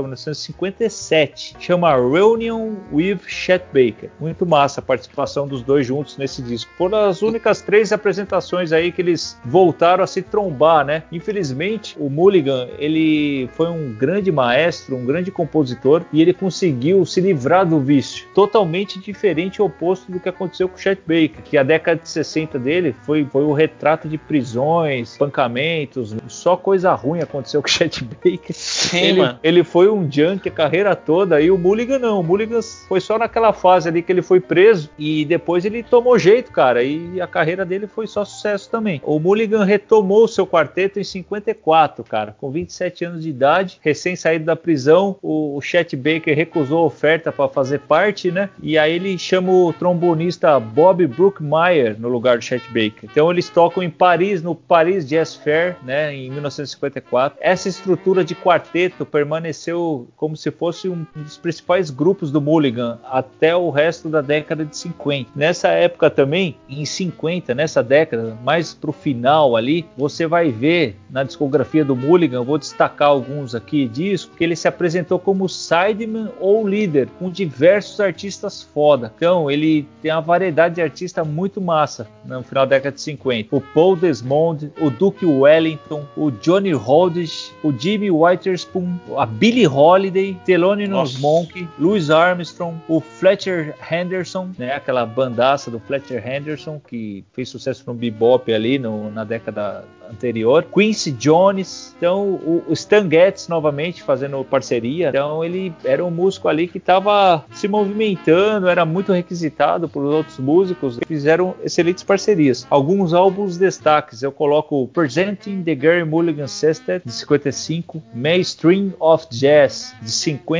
[SPEAKER 3] 1957. Chama Reunion with Chet Baker. Muito massa a participação dos dois juntos nesse disco. Foram as únicas 3 apresentações aí que eles voltaram a se trombar, né? Infelizmente, o Mulligan, ele foi um grande maestro, um grande compositor e ele conseguiu se livrar do vício. Totalmente diferente e oposto do que aconteceu com o Chet Baker, que a década de 60 dele foi o retrato de prisões, espancamentos, só coisa ruim aconteceu com o Chet Baker.
[SPEAKER 4] Sim, mano.
[SPEAKER 3] Ele foi um junkie a carreira toda, e o Mulligan não. O Mulligan foi só naquela fase ali que ele foi preso e depois ele tomou jeito, cara, e a carreira dele foi só sucesso também. O Mulligan retomou o seu quarteto em 54, cara, com 27 anos de idade, recém saído da prisão. O Chet Baker recusou a oferta para fazer parte, né? E aí ele chama o trombonista Bob Brookmeyer no lugar do Chet Baker. Então eles tocam em Paris, no Paris Jazz Fair, né, em 1954. Essa estrutura de quarteto permaneceu como se fosse um dos principais grupos do Mulligan até o resto da década de 50. Nessa época também, em 50, nessa década, mais pro final ali, você vai ver na discografia do Mulligan, eu vou destacar alguns aqui discos, que ele se apresentou como sideman ou líder, com diversos artistas foda. Então ele tem uma variedade de artistas muito massa no final da década de 50. O Paul Desmond, o Duke Wellington, o Johnny Hodges, o Jimmy Witherspoon, a Billie Holiday, Thelonious Monk, Louis Armstrong, o Fletcher Henderson, né, aquela bandaça do Fletcher Henderson que fez sucesso no bebop ali na década anterior, Quincy Jones, então o Stan Getz novamente fazendo parceria. Então ele era um músico ali que estava se movimentando, era muito requisitado por outros músicos, fizeram excelentes parcerias. Alguns álbuns destaques, eu coloco Presenting the Gary Mulligan Sextet, de 55, Mainstream of Jazz, de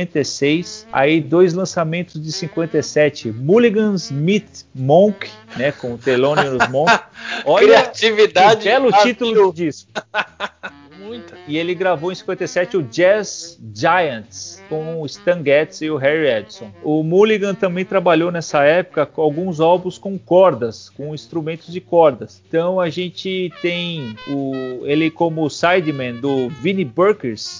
[SPEAKER 3] 56, aí 2 lançamentos de 57, Mulligan's Meet Monk, né, com o Thelonious Monk. Olha,
[SPEAKER 4] criatividade,
[SPEAKER 3] que belo título do disco.
[SPEAKER 4] Muita.
[SPEAKER 3] E ele gravou em 57 o Jazz Giants com o Stan Getz e o Harry Edison. O Mulligan também trabalhou nessa época com alguns álbuns com cordas, com instrumentos de cordas. Então a gente tem ele como sideman do Vinnie Burkers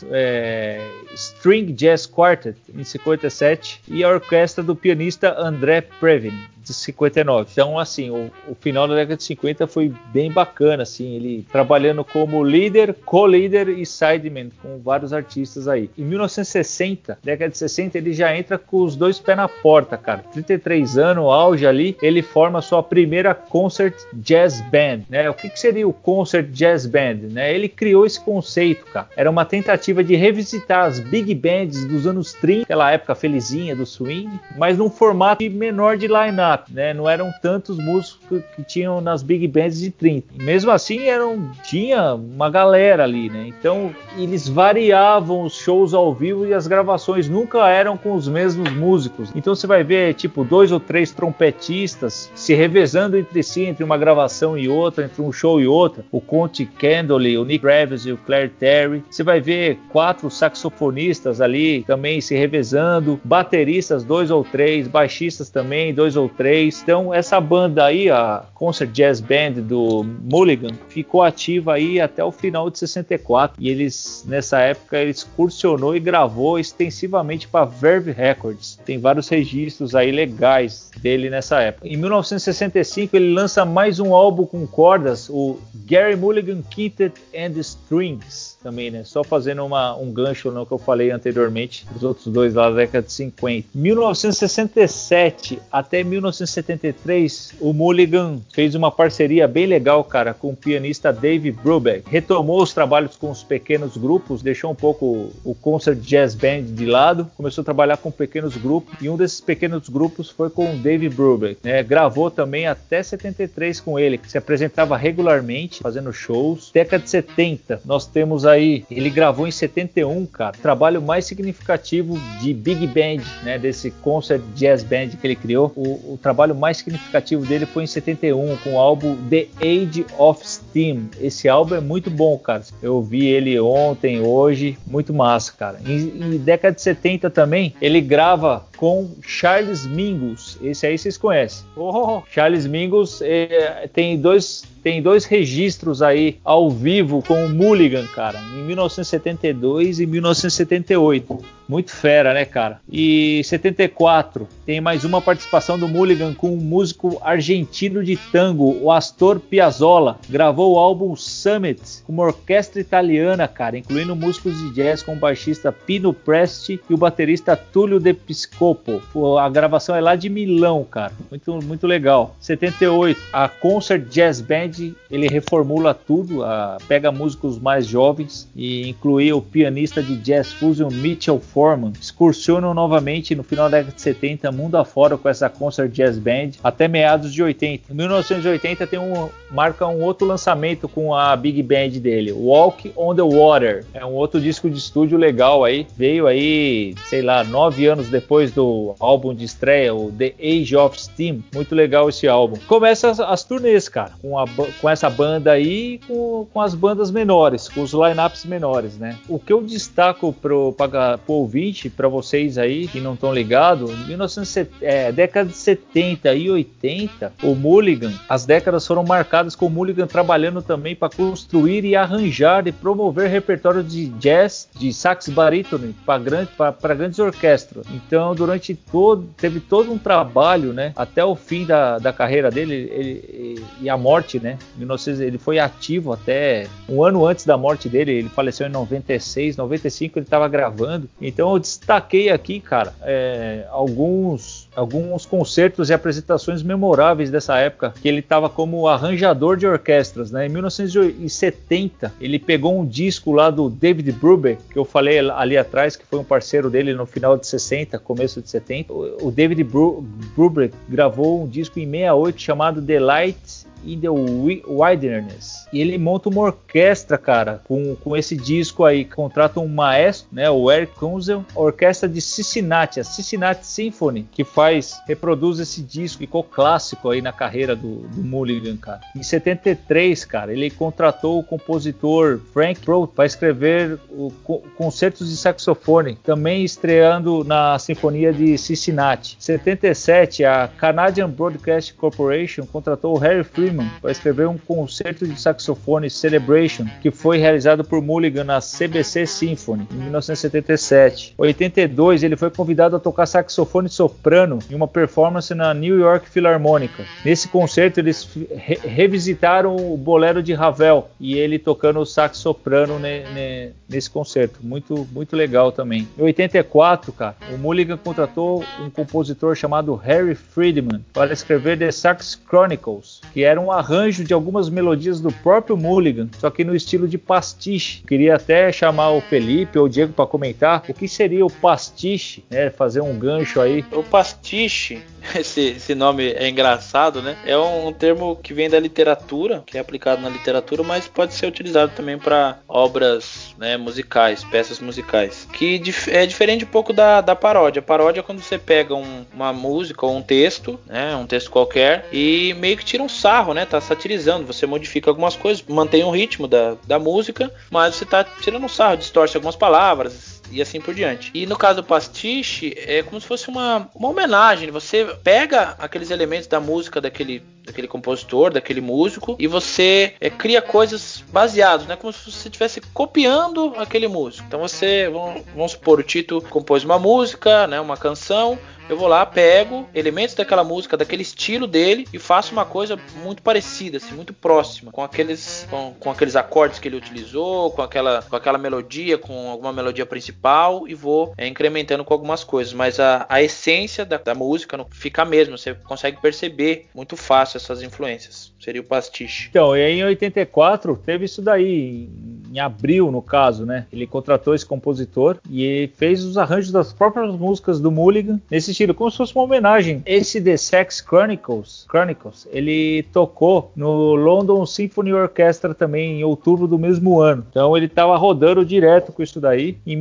[SPEAKER 3] String Jazz Quartet em 57 e a orquestra do pianista André Previn de 59. Então, assim, o final da década de 50 foi bem bacana, assim, ele trabalhando como líder, co-líder e sideman com vários artistas aí. Em 1960, década de 60, ele já entra com os 2 pés na porta, cara. 33 anos, auge ali, ele forma sua primeira Concert Jazz Band, né? O que seria o Concert Jazz Band, né? Ele criou esse conceito, cara. Era uma tentativa de revisitar as big bands dos anos 30, aquela época felizinha do swing, mas num formato menor de line-up, né? Não eram tantos músicos que tinham nas big bands de 30. E mesmo assim tinha uma galera ali, né? Então eles variavam os shows ao vivo e as gravações nunca eram com os mesmos músicos. Então você vai ver tipo 2 ou 3 trompetistas se revezando entre si, entre uma gravação e outra, entre um show e outra. O Conte Kendall, o Nick Travis e o Claire Terry. Você vai ver 4 saxofonistas ali também se revezando, bateristas 2 ou 3, baixistas também 2 ou 3. Então essa banda aí, a Concert Jazz Band do Mulligan, ficou ativa aí até o final de 64 e eles nessa época ele excursionou e gravou extensivamente para Verve Records. Tem vários registros aí legais dele nessa época. Em 1965 ele lança mais um álbum com cordas, o Gary Mulligan Quintet and Strings, também, né? Só fazendo um gancho no que eu falei anteriormente, os outros 2 lá da década de 50. 1967 até 19 1973, o Mulligan fez uma parceria bem legal, cara, com o pianista Dave Brubeck. Retomou os trabalhos com os pequenos grupos, deixou um pouco o Concert Jazz Band de lado, começou a trabalhar com pequenos grupos, e um desses pequenos grupos foi com o Dave Brubeck, né? Gravou também até 73 com ele, que se apresentava regularmente, fazendo shows. Década de 70, nós temos aí, ele gravou em 71, cara, o trabalho mais significativo de Big Band, né, desse Concert Jazz Band que ele criou. O trabalho mais significativo dele foi em 71, com o álbum The Age of Steam. Esse álbum é muito bom, cara. Eu vi ele ontem, hoje, muito massa, cara. Em década de 70 também, ele grava com Charles Mingus. Esse aí vocês conhecem. Charles Mingus tem dois registros aí ao vivo com o Mulligan, cara, em 1972 e 1978. Muito fera, né, cara? E 74 tem mais uma participação do Mulligan com um músico argentino de tango, o Astor Piazzolla. Gravou o álbum Summit com uma orquestra italiana, cara, incluindo músicos de jazz como o baixista Pino Presti e o baterista Tullio De Piscopo. A gravação é lá de Milão, cara. Muito, muito legal. 78, a Concert Jazz Band, ele reformula tudo, pega músicos mais jovens e inclui o pianista de jazz fusion Mitchell Foreman. Excursionam novamente no final da década de 70, mundo afora, com essa Concert Jazz Band, até meados de 80. Em 1980 marca um outro lançamento com a Big Band dele, Walk on the Water. É um outro disco de estúdio legal aí. Veio aí, sei lá, 9 anos depois do álbum de estreia, o The Age of Steam. Muito legal esse álbum. Começa as turnês, cara, com essa banda aí, com as bandas menores, com os lineups menores, né? O que eu destaco pro ouvinte, para vocês aí que não estão ligados, década de 70 e 80, o Mulligan, as décadas foram marcadas com o Mulligan trabalhando também para construir e arranjar e promover repertório de jazz, de sax barítono para grandes orquestras. Então, teve todo um trabalho, né, até o fim da carreira dele, e a morte, né? Ele foi ativo até um ano antes da morte dele. Ele faleceu em 96, 95 ele estava gravando. Então eu destaquei aqui, cara, alguns concertos e apresentações memoráveis dessa época, que ele estava como arranjador de orquestras, né? Em 1970 ele pegou um disco lá do David Brubeck, que eu falei ali atrás, que foi um parceiro dele no final de 60, começo de 70. O David Brubeck gravou um disco em 68 chamado The Light in the Wilderness, e ele monta uma orquestra, cara, com esse disco aí. Contrata um maestro, né, o Eric Kunzel, a orquestra de Cincinnati, a Cincinnati Symphony, que reproduz esse disco, ficou clássico aí na carreira do Mulligan, cara. Em 73, cara, ele contratou o compositor Frank Prout para escrever concertos de saxofone, também estreando na Sinfonia de Cincinnati. Em 77, a Canadian Broadcast Corporation contratou o Harry Freeman para escrever um concerto de saxofone Celebration, que foi realizado por Mulligan na CBC Symphony em 1977. Em 82, ele foi convidado a tocar saxofone soprano em uma performance na New York Philharmonic. Nesse concerto, eles revisitaram o bolero de Ravel e ele tocando o sax soprano nesse concerto. Muito, muito legal também. Em 84, cara, o Mulligan contratou um compositor chamado Harry Friedman para escrever The Sax Chronicles, que era um arranjo de algumas melodias do próprio Mulligan, só que no estilo de pastiche. Queria até chamar o Felipe ou o Diego para comentar o que seria o pastiche, né? Fazer um gancho aí.
[SPEAKER 4] O pastiche, esse nome é engraçado, né? É um termo que vem da literatura, que é aplicado na literatura, mas pode ser utilizado também para obras, né, musicais, peças musicais, que é diferente um pouco da paródia. A paródia é quando você pega uma música ou um texto, né, um texto qualquer, e meio que tira um sarro, né? Tá satirizando, você modifica algumas coisas, mantém o ritmo da música, mas você tá tirando um sarro, distorce algumas palavras e assim por diante. E no caso do pastiche, é como se fosse uma homenagem. Você pega aqueles elementos da música daquele compositor, daquele músico, e você cria coisas baseadas, né? Como se você estivesse copiando aquele músico. Então vamos supor, o Tito compôs uma música, né? Uma canção, eu vou lá, pego elementos daquela música, daquele estilo dele e faço uma coisa muito parecida, assim, muito próxima, com aqueles acordes que ele utilizou, com aquela melodia, com alguma melodia principal, e vou incrementando com algumas coisas, mas a essência da música não fica a mesma, você consegue perceber muito fácil essas influências. Seria o pastiche.
[SPEAKER 3] Então, e aí em 84 teve isso daí, em abril no caso, né? Ele contratou esse compositor e fez os arranjos das próprias músicas do Mulligan nesse estilo, como se fosse uma homenagem. Esse The Sex Chronicles, ele tocou no London Symphony Orchestra também em outubro do mesmo ano. Então ele estava rodando direto com isso daí. Em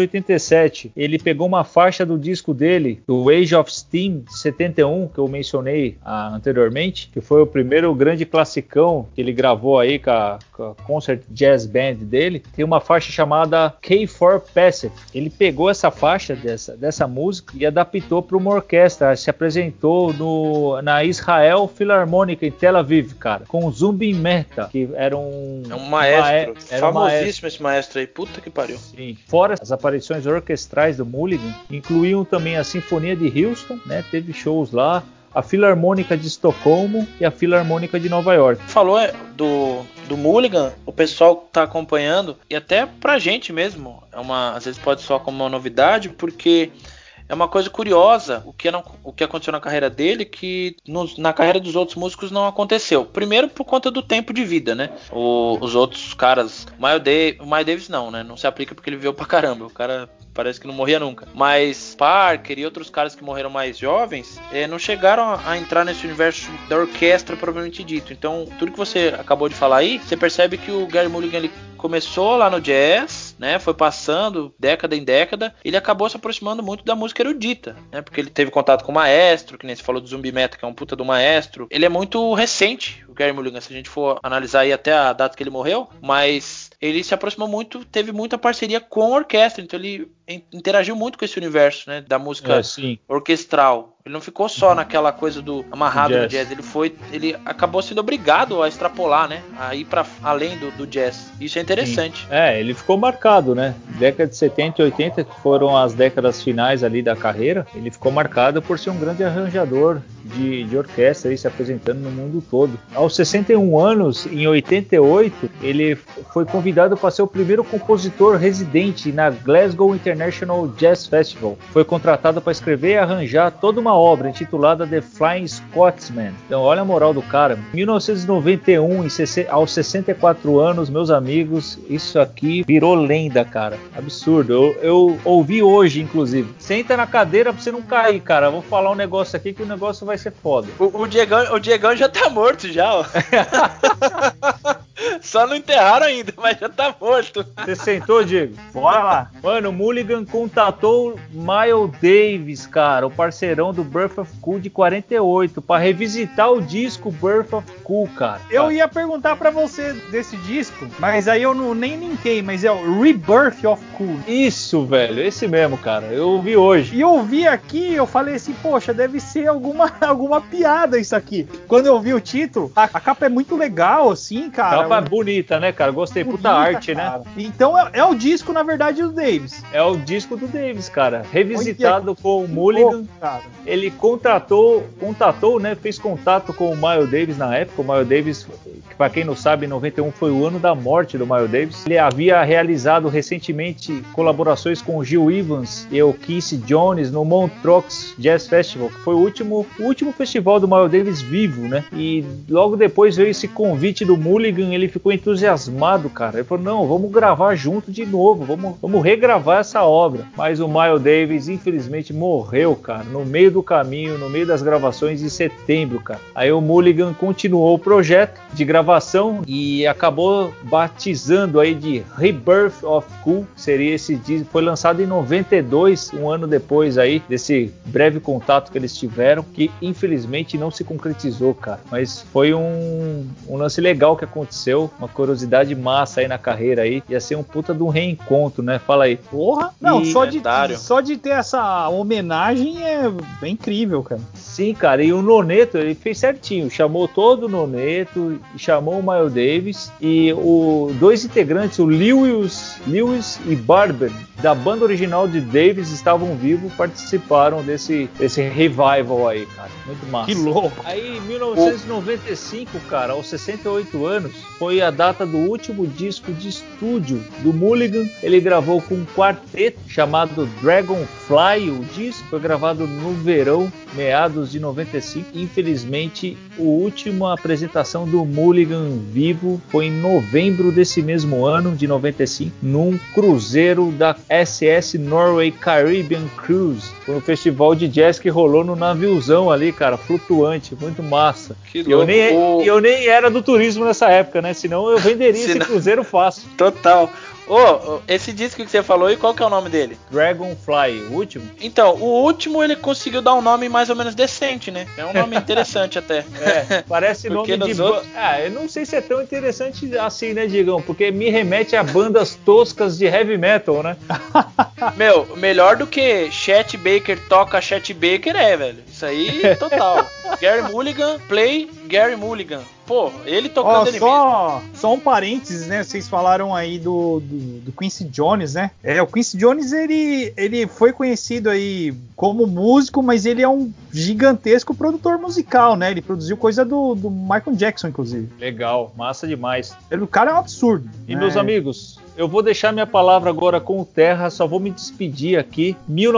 [SPEAKER 3] 1987, ele pegou uma faixa do disco dele, do Age of Steam de 71, que eu mencionei anteriormente, que foi o primeiro grande classicão que ele gravou aí com a Concert Jazz Band dele. Tem uma faixa chamada K4 Pacific. Ele pegou essa faixa dessa música e adaptou para uma orquestra. Se apresentou na Israel Philharmonic em Tel Aviv, cara, com o Zubin Mehta, que era um
[SPEAKER 4] maestro. Famosíssimo esse maestro aí, puta que pariu.
[SPEAKER 3] Sim. Fora as aparições orquestrais do Mulligan, incluíam também a Sinfonia de Houston, né? Teve shows lá, a Filarmônica de Estocolmo e a Filarmônica de Nova York.
[SPEAKER 4] Falou do Mulligan, o pessoal que tá acompanhando, e até pra gente mesmo, às vezes pode soar como uma novidade, porque é uma coisa curiosa o que aconteceu na carreira dele, que na carreira dos outros músicos não aconteceu. Primeiro por conta do tempo de vida, né? Os outros caras, o Miles Davis não, né? Não se aplica porque ele viveu pra caramba. O cara parece que não morria nunca. Mas Parker e outros caras que morreram mais jovens não chegaram a entrar nesse universo da orquestra propriamente dito. Então, tudo que você acabou de falar aí, você percebe que o Gary Mulligan ele começou lá no jazz, né? Foi passando década em década. Ele acabou se aproximando muito da música erudita, né? Porque ele teve contato com o maestro, que nem você falou do Zubin Mehta, que é um puta do maestro. Ele é muito recente, o Gary Mulligan, se a gente for analisar aí até a data que ele morreu, mas ele se aproximou muito, teve muita parceria com a orquestra, então ele interagiu muito com esse universo, né, da música orquestral. Ele não ficou só naquela coisa do amarrado no jazz, ele acabou sendo obrigado a extrapolar, né, a ir para além do jazz. Isso é interessante.
[SPEAKER 3] Sim. Ele ficou marcado, né? Década de 70 e 80, que foram as décadas finais ali da carreira, ele ficou marcado por ser um grande arranjador de orquestra, aí, se apresentando no mundo todo. Aos 61 anos, em 88, ele foi convidado para ser o primeiro compositor residente na Glasgow International Jazz Festival. Foi contratado para escrever e arranjar toda uma obra intitulada The Flying Scotsman. Então, olha a moral do cara. Em 1991, aos 64 anos, meus amigos, isso aqui virou lenda, cara. Absurdo. Eu ouvi hoje, inclusive. Senta na cadeira pra você não cair, cara. Vou falar um negócio aqui que o negócio vai ser foda.
[SPEAKER 4] O Diegão já tá morto já, ó. Só não enterraram ainda, mas já tá morto.
[SPEAKER 3] Você sentou, Diego?
[SPEAKER 2] Bora lá.
[SPEAKER 3] Mano, o Mulligan contatou Miles Davis, cara, o parceirão do Birth of Cool de 48, pra revisitar o disco Birth of Cool, cara.
[SPEAKER 2] Eu ia perguntar pra você desse disco, mas aí eu nem linkei, mas é o Rebirth of Cool.
[SPEAKER 3] Isso, velho, esse mesmo, cara. Eu ouvi hoje.
[SPEAKER 2] E eu ouvi aqui, eu falei assim, poxa, deve ser alguma piada isso aqui. Quando eu vi o título, a capa é muito legal, assim, cara.
[SPEAKER 3] Capa bonita, né, cara? Gostei, bonita, puta arte, cara, né?
[SPEAKER 2] Então é o disco, na verdade, do Davis.
[SPEAKER 3] É o disco do Davis, cara. Revisitado com o Mulligan. Ele contatou, né? Fez contato com o Miles Davis na época. O Miles Davis, que pra quem não sabe, 91 foi o ano da morte do Miles Davis. Ele havia realizado recentemente colaborações com o Gil Evans e o Quincy Jones no Montreux Jazz Festival, que foi o último festival do Miles Davis vivo, né? E logo depois veio esse convite do Mulligan. Ele ficou entusiasmado, cara. Ele falou, não, vamos gravar junto de novo, vamos regravar essa obra. Mas o Miles Davis, infelizmente, morreu, cara, no meio do caminho, no meio das gravações em setembro, cara. Aí o Mulligan continuou o projeto de gravação e acabou batizando aí de Rebirth of Cool, seria esse disco. Foi lançado em 92, um ano depois aí desse breve contato que eles tiveram, que infelizmente não se concretizou, cara. Mas foi um lance legal que aconteceu. Uma curiosidade massa aí na carreira aí. Ia ser um puta de um reencontro, né? Fala aí.
[SPEAKER 2] Porra! Não, só de ter essa homenagem é bem incrível, cara.
[SPEAKER 3] Sim, cara. E o Noneto, ele fez certinho. Chamou todo o Noneto, chamou o Miles Davis e dois integrantes, o Lewis e Barber, da banda original de Davis, estavam vivos, participaram desse revival aí, cara. Muito massa.
[SPEAKER 2] Que louco.
[SPEAKER 3] Aí, em 1995, cara, aos 68 anos, foi a data do último disco de estúdio do Mulligan. Ele gravou com um quarteto chamado Dragonfly. O disco foi gravado no verão, meados de 95. Infelizmente, a última apresentação do Mulligan vivo foi em novembro desse mesmo ano, de 95, num cruzeiro da SS Norway Caribbean Cruise. Foi um festival de jazz que rolou no naviozão ali, cara, flutuante, muito massa.
[SPEAKER 4] Que louco.
[SPEAKER 3] Eu nem era do turismo nessa época, né? Senão eu venderia esse cruzeiro fácil.
[SPEAKER 4] Total. Esse disco que você falou, e qual que é o nome dele?
[SPEAKER 3] Dragonfly, o último?
[SPEAKER 4] Então, o último ele conseguiu dar um nome mais ou menos decente, né? É um nome interessante até.
[SPEAKER 3] Parece nome de... eu não sei se é tão interessante assim, né, Digão? Porque me remete a bandas toscas de heavy metal, né?
[SPEAKER 4] Melhor do que Chet Baker toca Chet Baker velho. Isso aí, total. Gary Mulligan, play Gary Mulligan. Pô, ele tocando ele mesmo.
[SPEAKER 2] Só um parênteses, né? Vocês falaram aí do Quincy Jones, né? O Quincy Jones, ele foi conhecido aí como músico, mas ele é um gigantesco produtor musical, né? Ele produziu coisa do Michael Jackson, inclusive.
[SPEAKER 3] Legal, massa demais.
[SPEAKER 2] O cara é um absurdo.
[SPEAKER 3] E meus amigos, eu vou deixar minha palavra agora com o Terra, só vou me despedir aqui.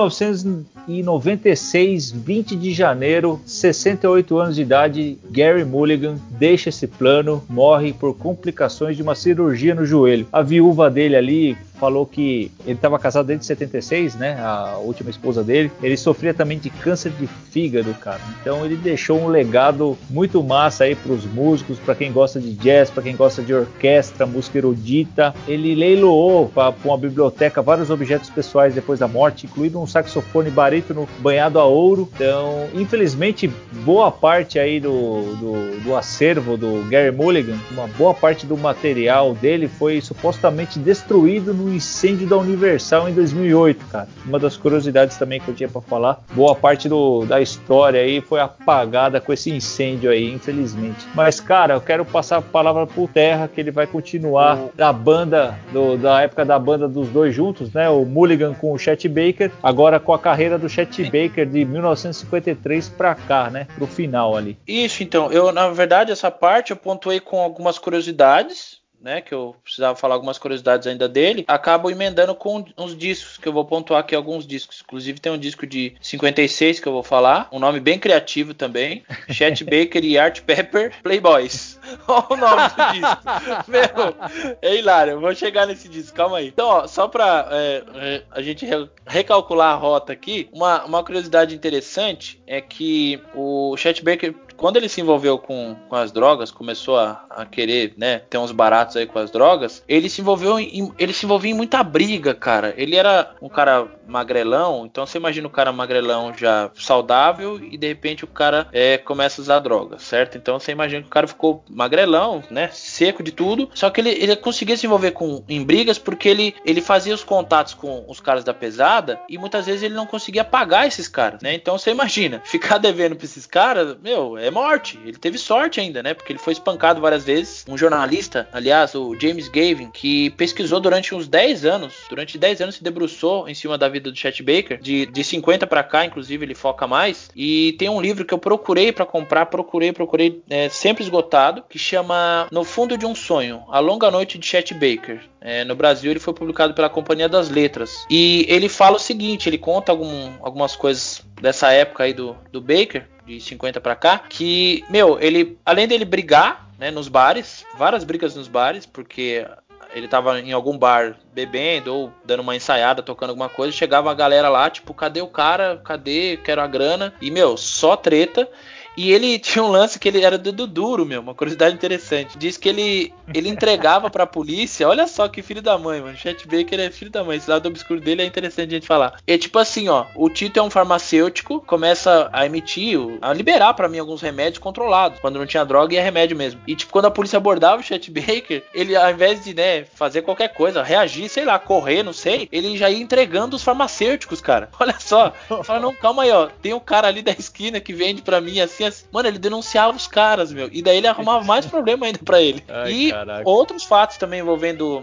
[SPEAKER 3] 1996, 20 de janeiro, 68 anos de idade, Gary Mulligan deixa esse plano, morre por complicações de uma cirurgia no joelho. A viúva dele ali falou que ele estava casado desde 76, né? A última esposa dele. Ele sofria também de câncer de fígado, cara. Então ele deixou um legado muito massa aí para os músicos, para quem gosta de jazz, para quem gosta de orquestra, música erudita. Ele leiloou para uma biblioteca vários objetos pessoais depois da morte, incluindo um saxofone barítono banhado a ouro. Então, infelizmente, boa parte aí do acervo do Gary Mulligan, uma boa parte do material dele foi supostamente destruído no incêndio da Universal em 2008, cara. Uma das curiosidades também que eu tinha para falar, boa parte da história aí foi apagada com esse incêndio aí, infelizmente. Mas, cara, eu quero passar a palavra pro Terra, que ele vai continuar da época da banda dos dois juntos, né? O Mulligan com o Chet Baker, agora com a carreira do Chet Baker de 1953 pra cá, né? Pro final ali.
[SPEAKER 4] Isso, então. Na verdade, essa parte eu pontuei com algumas curiosidades, né, que eu precisava falar algumas curiosidades ainda dele, acabo emendando com uns discos, que eu vou pontuar aqui alguns discos. Inclusive tem um disco de 56 que eu vou falar, um nome bem criativo também, Chet Baker e Art Pepper Playboys. Olha o nome do disco. É hilário, eu vou chegar nesse disco, calma aí. Então, só pra a gente recalcular a rota aqui, uma curiosidade interessante é que o Chet Baker, quando ele se envolveu com as drogas, começou a querer, né, ter uns baratos aí com as drogas, ele se envolvia em muita briga, cara. Ele era um cara magrelão, então você imagina o cara magrelão já saudável e de repente o cara começa a usar drogas, certo? Então você imagina que o cara ficou magrelão, né, seco de tudo, só que ele conseguia se envolver em brigas porque ele fazia os contatos com os caras da pesada e muitas vezes ele não conseguia pagar esses caras, né? Então você imagina, ficar devendo pra esses caras, é morte. Ele teve sorte ainda, né? Porque ele foi espancado várias vezes. Um jornalista, aliás, o James Gavin, que pesquisou durante uns 10 anos, se debruçou em cima da vida do Chet Baker, de 50 pra cá, inclusive, ele foca mais, e tem um livro que eu procurei pra comprar, procurei, sempre esgotado, que chama No Fundo de um Sonho, A Longa Noite de Chet Baker. No Brasil ele foi publicado pela Companhia das Letras, e ele fala o seguinte, ele conta algumas coisas dessa época aí do Baker, de 50 pra cá, que, ele, além dele brigar, né, nos bares, várias brigas nos bares, porque ele tava em algum bar bebendo ou dando uma ensaiada, tocando alguma coisa, chegava a galera lá, tipo, cadê o cara? Cadê? Quero a grana. E, só treta. E ele tinha um lance que ele era do duro, uma curiosidade interessante. Diz que ele entregava pra polícia, olha só que filho da mãe, mano. Chet Baker é filho da mãe, esse lado obscuro dele é interessante a gente falar. É tipo assim, ó, o Tito é um farmacêutico, começa a liberar pra mim alguns remédios controlados, quando não tinha droga e é remédio mesmo. E tipo, quando a polícia abordava o Chet Baker, ele ao invés de, né, fazer qualquer coisa, reagir, sei lá, correr, não sei, ele já ia entregando os farmacêuticos, cara. Olha só. Fala, não, calma aí, ó, tem um cara ali da esquina que vende pra mim assim, assim, mano, ele denunciava os caras, meu. E daí ele arrumava mais problema ainda pra ele.
[SPEAKER 3] Ai,
[SPEAKER 4] e
[SPEAKER 3] caraca.
[SPEAKER 4] outros fatos também envolvendo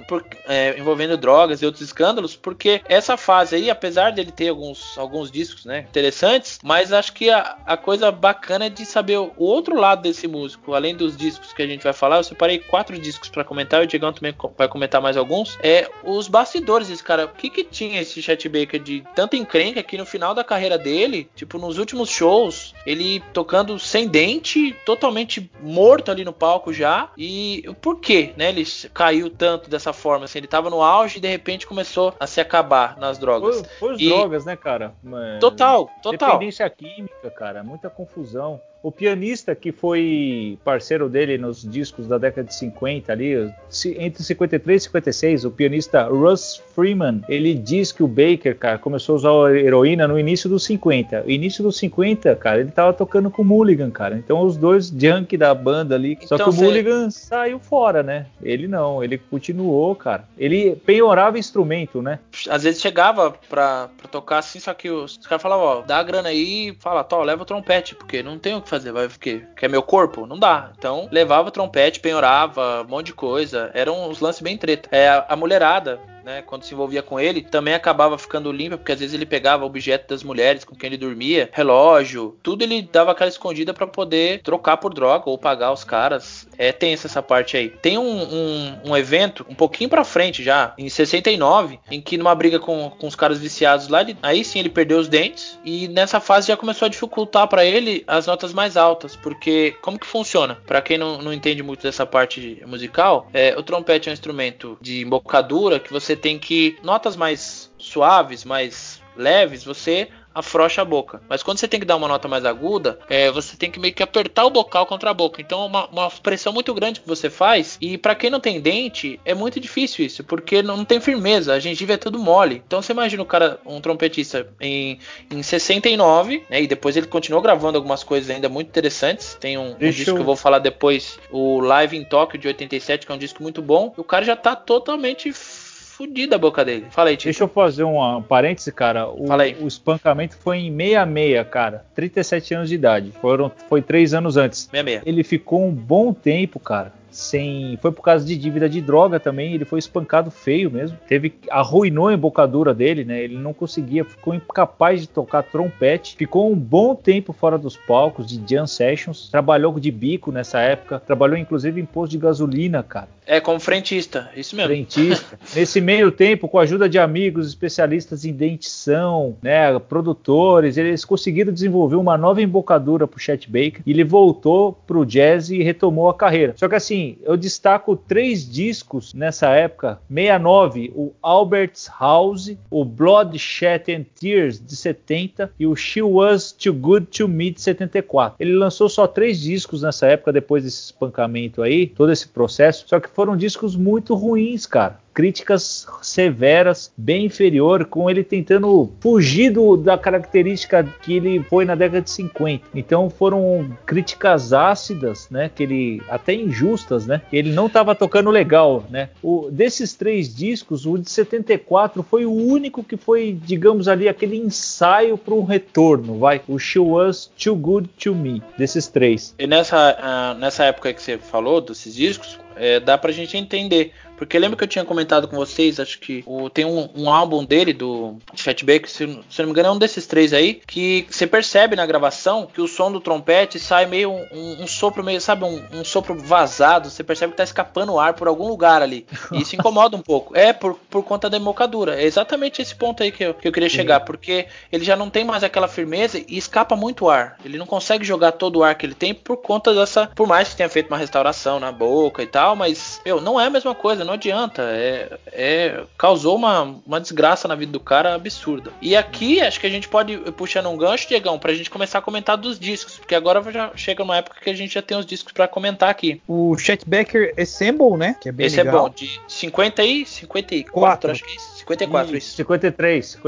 [SPEAKER 4] drogas e outros escândalos, porque essa fase aí, apesar dele ter alguns discos, né, interessantes, mas acho que a coisa bacana é de saber o outro lado desse músico. Além dos discos que a gente vai falar, eu separei 4 discos pra comentar, o Diegão também vai comentar mais alguns. Os bastidores desse cara. O que tinha esse Chet Baker de tanta encrenca que no final da carreira dele, tipo, nos últimos shows, ele tocando sem dente, totalmente morto ali no palco já. E por quê, né? Ele caiu tanto dessa forma, assim, ele tava no auge e de repente começou a se acabar nas drogas.
[SPEAKER 3] Foi as drogas, né, cara?
[SPEAKER 4] Total.
[SPEAKER 3] Dependência química, cara, muita confusão. O pianista que foi parceiro dele nos discos da década de 50 ali, entre 53 e 56, o pianista Russ Freeman, ele diz que o Baker, cara, começou a usar heroína no início dos 50. No início dos 50, cara, ele tava tocando com o Mulligan, cara. Então os dois junk da banda ali. Só que o Mulligan saiu fora, né? Ele não, ele continuou, cara. Ele penhorava instrumento, né?
[SPEAKER 4] Às vezes chegava pra tocar assim, só que os caras falavam, ó, dá a grana aí e fala, leva o trompete, porque não tem o que fazer, vai ficar, quer meu corpo? Não dá. Então levava o trompete, penhorava, um monte de coisa. Eram uns lances bem treta. A mulherada, né, quando se envolvia com ele, também acabava ficando limpa, porque às vezes ele pegava objeto das mulheres com quem ele dormia, relógio, tudo ele dava aquela escondida pra poder trocar por droga ou pagar os caras. Tensa essa parte aí. Tem um evento um pouquinho pra frente já, em 69, em que numa briga com os caras viciados lá, aí sim ele perdeu os dentes, e nessa fase já começou a dificultar pra ele as notas mais altas, porque como que funciona? Pra quem não entende muito dessa parte musical, o trompete é um instrumento de embocadura que você tem que, notas mais suaves, mais leves, você afrouxa a boca. Mas quando você tem que dar uma nota mais aguda, você tem que meio que apertar o bocal contra a boca. Então é uma pressão muito grande que você faz. E pra quem não tem dente, é muito difícil isso, porque não tem firmeza. A gengiva é tudo mole. Então você imagina o cara, um trompetista em 69, né, e depois ele continuou gravando algumas coisas ainda muito interessantes. Tem um disco que eu vou falar depois, o Live in Tokyo de 87, que é um disco muito bom. E o cara já tá totalmente fudida a boca dele. Fala aí, Tito.
[SPEAKER 3] Deixa eu fazer um parêntese, cara. O espancamento foi em 66, cara. 37 anos de idade. Foi 3 anos antes.
[SPEAKER 4] 66.
[SPEAKER 3] Ele ficou um bom tempo, cara. Foi por causa de dívida de droga também, ele foi espancado feio mesmo, arruinou a embocadura dele, né? Ele não conseguia, ficou incapaz de tocar trompete, ficou um bom tempo fora dos palcos de jam sessions, trabalhou de bico nessa época, trabalhou inclusive em posto de gasolina, cara.
[SPEAKER 4] Como frentista, isso mesmo.
[SPEAKER 3] Frentista. Nesse meio tempo, com a ajuda de amigos, especialistas em dentição, né, produtores, eles conseguiram desenvolver uma nova embocadura pro Chet Baker e ele voltou pro jazz e retomou a carreira. Só que assim, eu destaco 3 discos nessa época. 69, o Albert's House, o Blood, Sweat and Tears de 70 e o She Was Too Good to Me de 74. Ele lançou só 3 discos nessa época, depois desse espancamento aí, todo esse processo, só que foram discos muito ruins, cara. Críticas severas, bem inferior, com ele tentando fugir da característica que ele foi na década de 50. Então foram críticas ácidas, né, que ele até injustas, né? Ele não estava tocando legal, né? Desses 3 discos, o de 74 foi o único que foi, digamos ali, aquele ensaio para um retorno, vai. O She Was Too Good to Me, desses 3.
[SPEAKER 4] E nessa época que você falou desses discos, dá pra gente entender. Porque lembra que eu tinha comentado com vocês, acho que tem um álbum dele, do Chet Baker, se não me engano é um desses 3 aí, que você percebe na gravação que o som do trompete sai meio um sopro meio, sabe, um sopro vazado, você percebe que tá escapando o ar por algum lugar ali, e isso incomoda um pouco, por conta da embocadura. É exatamente esse ponto aí que eu queria chegar, porque ele já não tem mais aquela firmeza e escapa muito ar, ele não consegue jogar todo o ar que ele tem por conta dessa, por mais que tenha feito uma restauração na boca e tal, mas, não é a mesma coisa, não adianta, causou uma desgraça na vida do cara absurda. E aqui acho que a gente pode ir puxando um gancho, Diegão, pra gente começar a comentar dos discos, porque agora já chega uma época que a gente já tem os discos pra comentar aqui.
[SPEAKER 2] O Chet Baker Assemble, né, que é bem
[SPEAKER 4] legal. Esse é bom, de 50 e 54, acho que é isso. 54, isso.
[SPEAKER 3] 53.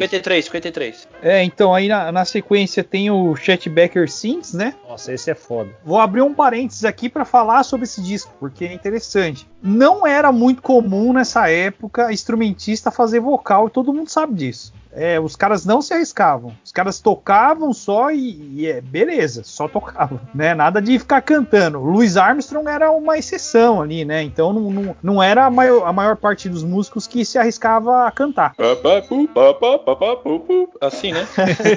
[SPEAKER 2] Então aí na sequência tem o Chet Baker Sings, né?
[SPEAKER 3] Nossa, esse é foda.
[SPEAKER 2] Vou abrir um parênteses aqui pra falar sobre esse disco, porque é interessante. não era muito comum nessa época instrumentista fazer vocal, e todo mundo sabe disso. Os caras não se arriscavam. Os caras tocavam só e beleza, só tocavam, né? Nada de ficar cantando. Louis Armstrong era uma exceção ali, né? Então não era a maior parte dos músicos que se arriscava a cantar.
[SPEAKER 4] Assim, né?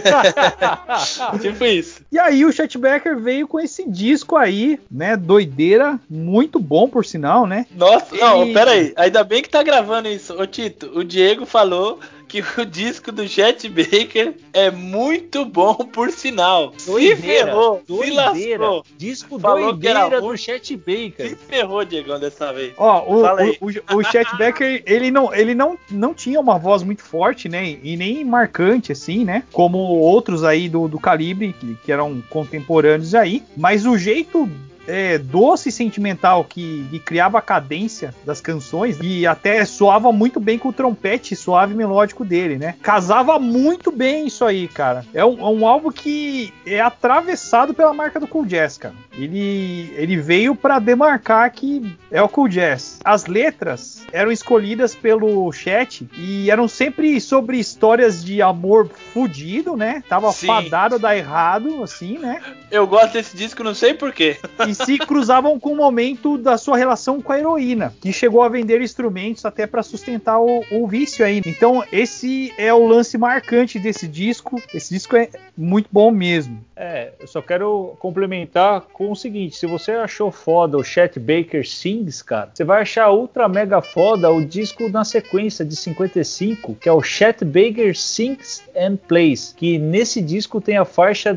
[SPEAKER 4] Tipo isso.
[SPEAKER 2] E aí o Chet Baker veio com esse disco aí, né? Doideira, muito bom por sinal, né?
[SPEAKER 4] Nossa, não, pera aí. Ainda bem que tá gravando isso. Ô Tito, o Diego falou que o disco do Chet Baker é muito bom, por sinal.
[SPEAKER 3] Doideira,
[SPEAKER 4] se ferrou,
[SPEAKER 3] doideira.
[SPEAKER 4] se lascou.
[SPEAKER 3] Disco
[SPEAKER 4] Falou
[SPEAKER 3] doideira do Chet Baker.
[SPEAKER 4] Se ferrou, Diegão, dessa vez.
[SPEAKER 2] Ó, o Chet Baker, ele não tinha uma voz muito forte, né? E nem marcante, assim, né? Como outros aí do calibre, que eram contemporâneos aí. Mas o jeito doce e sentimental que criava a cadência das canções e até soava muito bem com o trompete suave e melódico dele, né? Casava muito bem isso aí, cara. É um álbum que é atravessado pela marca do Cool Jazz, cara. Ele veio para demarcar que é o Cool Jazz. As letras eram escolhidas pelo Chet e eram sempre sobre histórias de amor fudido, né? Tava fadado a dar errado, assim, né?
[SPEAKER 4] Eu gosto desse disco, não sei porquê.
[SPEAKER 2] E se cruzavam com o momento da sua relação com a heroína, que chegou a vender instrumentos até para sustentar o vício ainda. Então esse é o lance marcante desse disco. Esse disco é muito bom mesmo.
[SPEAKER 3] Eu só quero complementar com o seguinte: se você achou foda o Chet Baker Sings, cara, você vai achar ultra mega foda o disco na sequência de 55, que é o Chet Baker Sings and Plays, que nesse disco tem a faixa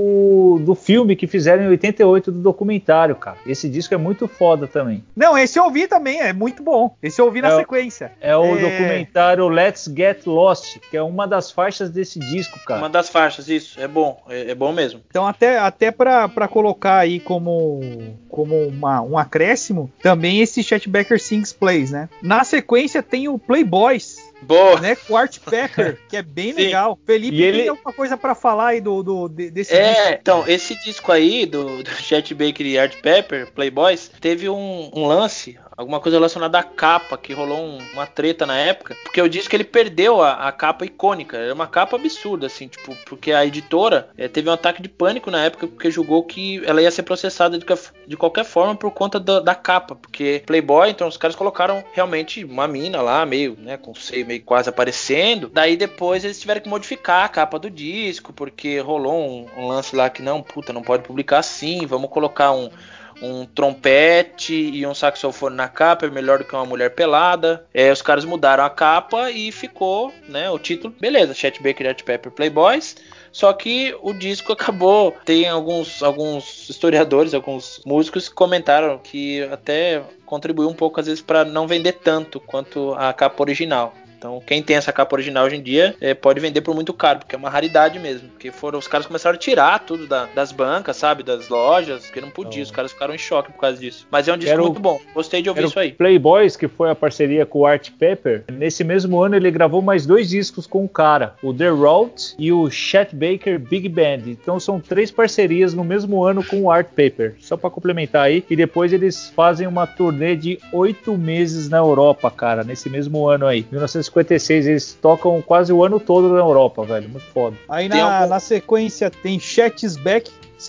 [SPEAKER 3] do filme que fizeram em 88 do documentário, cara. Esse disco é muito foda também.
[SPEAKER 2] Não, esse eu ouvi também, é muito bom. Esse eu ouvi na sequência.
[SPEAKER 3] É o documentário Let's Get Lost, que é uma das faixas desse disco, cara.
[SPEAKER 4] Uma das faixas, isso. É bom. É bom mesmo.
[SPEAKER 2] Então até pra colocar aí como um acréscimo, também esse Chet Baker Sings Plays, né? Na sequência tem o Playboys.
[SPEAKER 4] Boa.
[SPEAKER 2] Né, com o Art Pepper, que é bem legal. Felipe, tem alguma coisa pra falar aí desse disco?
[SPEAKER 4] Então, esse disco aí, do Chet Baker e Art Pepper, Playboys, teve um lance, alguma coisa relacionada à capa, que rolou uma treta na época, porque o disco ele perdeu a capa icônica, era uma capa absurda, assim, tipo, porque a editora teve um ataque de pânico na época, porque julgou que ela ia ser processada de qualquer forma por conta da capa, porque Playboy, então os caras colocaram realmente uma mina lá, meio, né, com o seio meio quase aparecendo, daí depois eles tiveram que modificar a capa do disco, porque rolou um lance lá que não pode publicar assim, vamos colocar um trompete e um saxofone na capa, é melhor do que uma mulher pelada. Os caras mudaram a capa e ficou, né, o título, beleza, Chet Baker e Art Pepper Playboys. Só que o disco acabou, tem alguns historiadores, alguns músicos que comentaram que até contribuiu um pouco às vezes para não vender tanto quanto a capa original. Então, quem tem essa capa original hoje em dia pode vender por muito caro, porque é uma raridade mesmo. Porque os caras começaram a tirar tudo das bancas, sabe? Das lojas, porque não podia. Os caras ficaram em choque por causa disso. Mas é um disco muito bom. Gostei de ouvir isso aí.
[SPEAKER 3] Playboys, que foi a parceria com o Art Pepper. Nesse mesmo ano, ele gravou mais 2 discos com o cara. O The Route e o Chet Baker Big Band. Então, são 3 parcerias no mesmo ano com o Art Pepper. Só pra complementar aí. E depois eles fazem uma turnê de 8 meses na Europa, cara. Nesse mesmo ano aí. 1956, eles tocam quase o ano todo na Europa, velho, muito foda.
[SPEAKER 2] Aí na sequência tem Chet's Back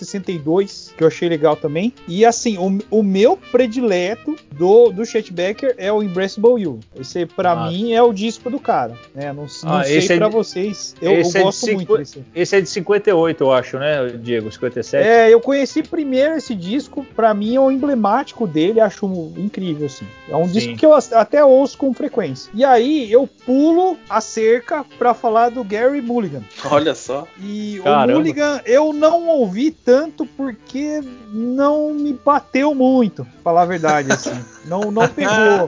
[SPEAKER 2] 62, que eu achei legal também. E assim, o meu predileto do Chet Baker é o Embraceable You. Esse pra mim é o disco do cara, né? Não sei pra vocês. Eu gosto muito desse.
[SPEAKER 3] Esse é de 58, eu acho, né, Diego? 57?
[SPEAKER 2] Eu conheci primeiro esse disco. Pra mim é o emblemático dele. Acho incrível, assim. É um disco que eu até ouço com frequência. E aí eu pulo a cerca pra falar do Gary Mulligan.
[SPEAKER 4] Olha só.
[SPEAKER 2] E o Mulligan eu não ouvi tanto porque não me bateu muito, pra falar a verdade, assim. Não pegou.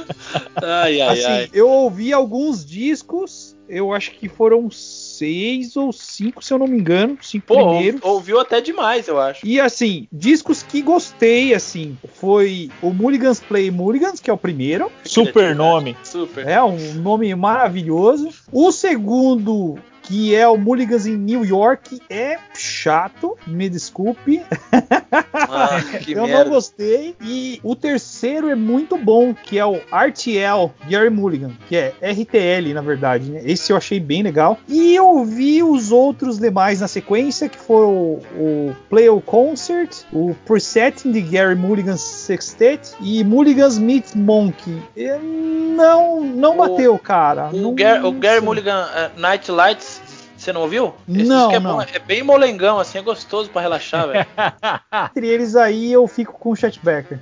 [SPEAKER 4] Ai.
[SPEAKER 2] Eu ouvi alguns discos, eu acho que foram 6 ou 5, se eu não me engano, 5 primeiros.
[SPEAKER 4] Ouviu até demais, eu acho.
[SPEAKER 2] E assim, discos que gostei, assim, foi o Mulligan's Play Mulligans, que é o primeiro.
[SPEAKER 3] Super nome.
[SPEAKER 4] Super.
[SPEAKER 2] É um nome maravilhoso. O segundo, que é o Mulligans em New York, é chato, me desculpe.
[SPEAKER 4] Que
[SPEAKER 2] Eu
[SPEAKER 4] merda.
[SPEAKER 2] não gostei. E o terceiro é muito bom, que é o RTL, Gary Mulligan, que é RTL, na verdade, né? Esse eu achei bem legal. E eu vi os outros demais na sequência, que foram o Play o Concert, o Presetting de Gary Mulligan's Sextet e Mulligan's Meet Monkey. Não bateu, cara.
[SPEAKER 4] O
[SPEAKER 2] Não
[SPEAKER 4] Gary
[SPEAKER 2] sei.
[SPEAKER 4] Mulligan Night Lights, você não ouviu? Esse
[SPEAKER 2] Não,
[SPEAKER 4] disco é
[SPEAKER 2] não.
[SPEAKER 4] bom, é bem molengão, assim, é gostoso pra relaxar, velho.
[SPEAKER 2] Entre eles aí, eu fico com o Chet Baker.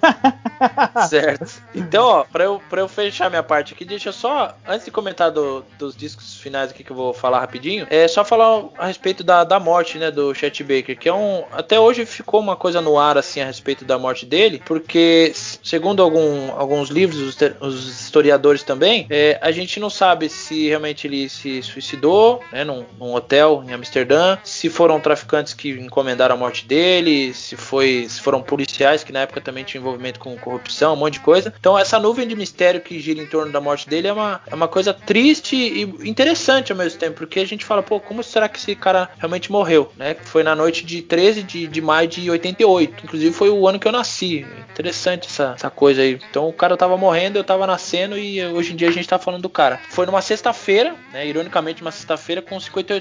[SPEAKER 4] Certo. Então, ó, pra eu fechar minha parte aqui, deixa eu só, antes de comentar dos discos finais aqui que eu vou falar rapidinho, é só falar a respeito da morte, né, do Chet Baker, que até hoje ficou uma coisa no ar, assim, a respeito da morte dele, porque, segundo alguns livros, os historiadores também, a gente não sabe se realmente ele se suicidou, né, num hotel em Amsterdã, se foram traficantes que encomendaram a morte dele, se foram policiais que na época também tinham envolvimento com corrupção, um monte de coisa. Então essa nuvem de mistério que gira em torno da morte dele é uma coisa triste e interessante ao mesmo tempo, porque a gente fala, pô, como será que esse cara realmente morreu, né? Foi na noite de 13 de maio de 88, inclusive foi o ano que eu nasci. Interessante essa coisa aí. Então o cara tava morrendo, eu tava nascendo e hoje em dia a gente tá falando do cara. Foi numa sexta-feira, né? Ironicamente uma sexta-feira com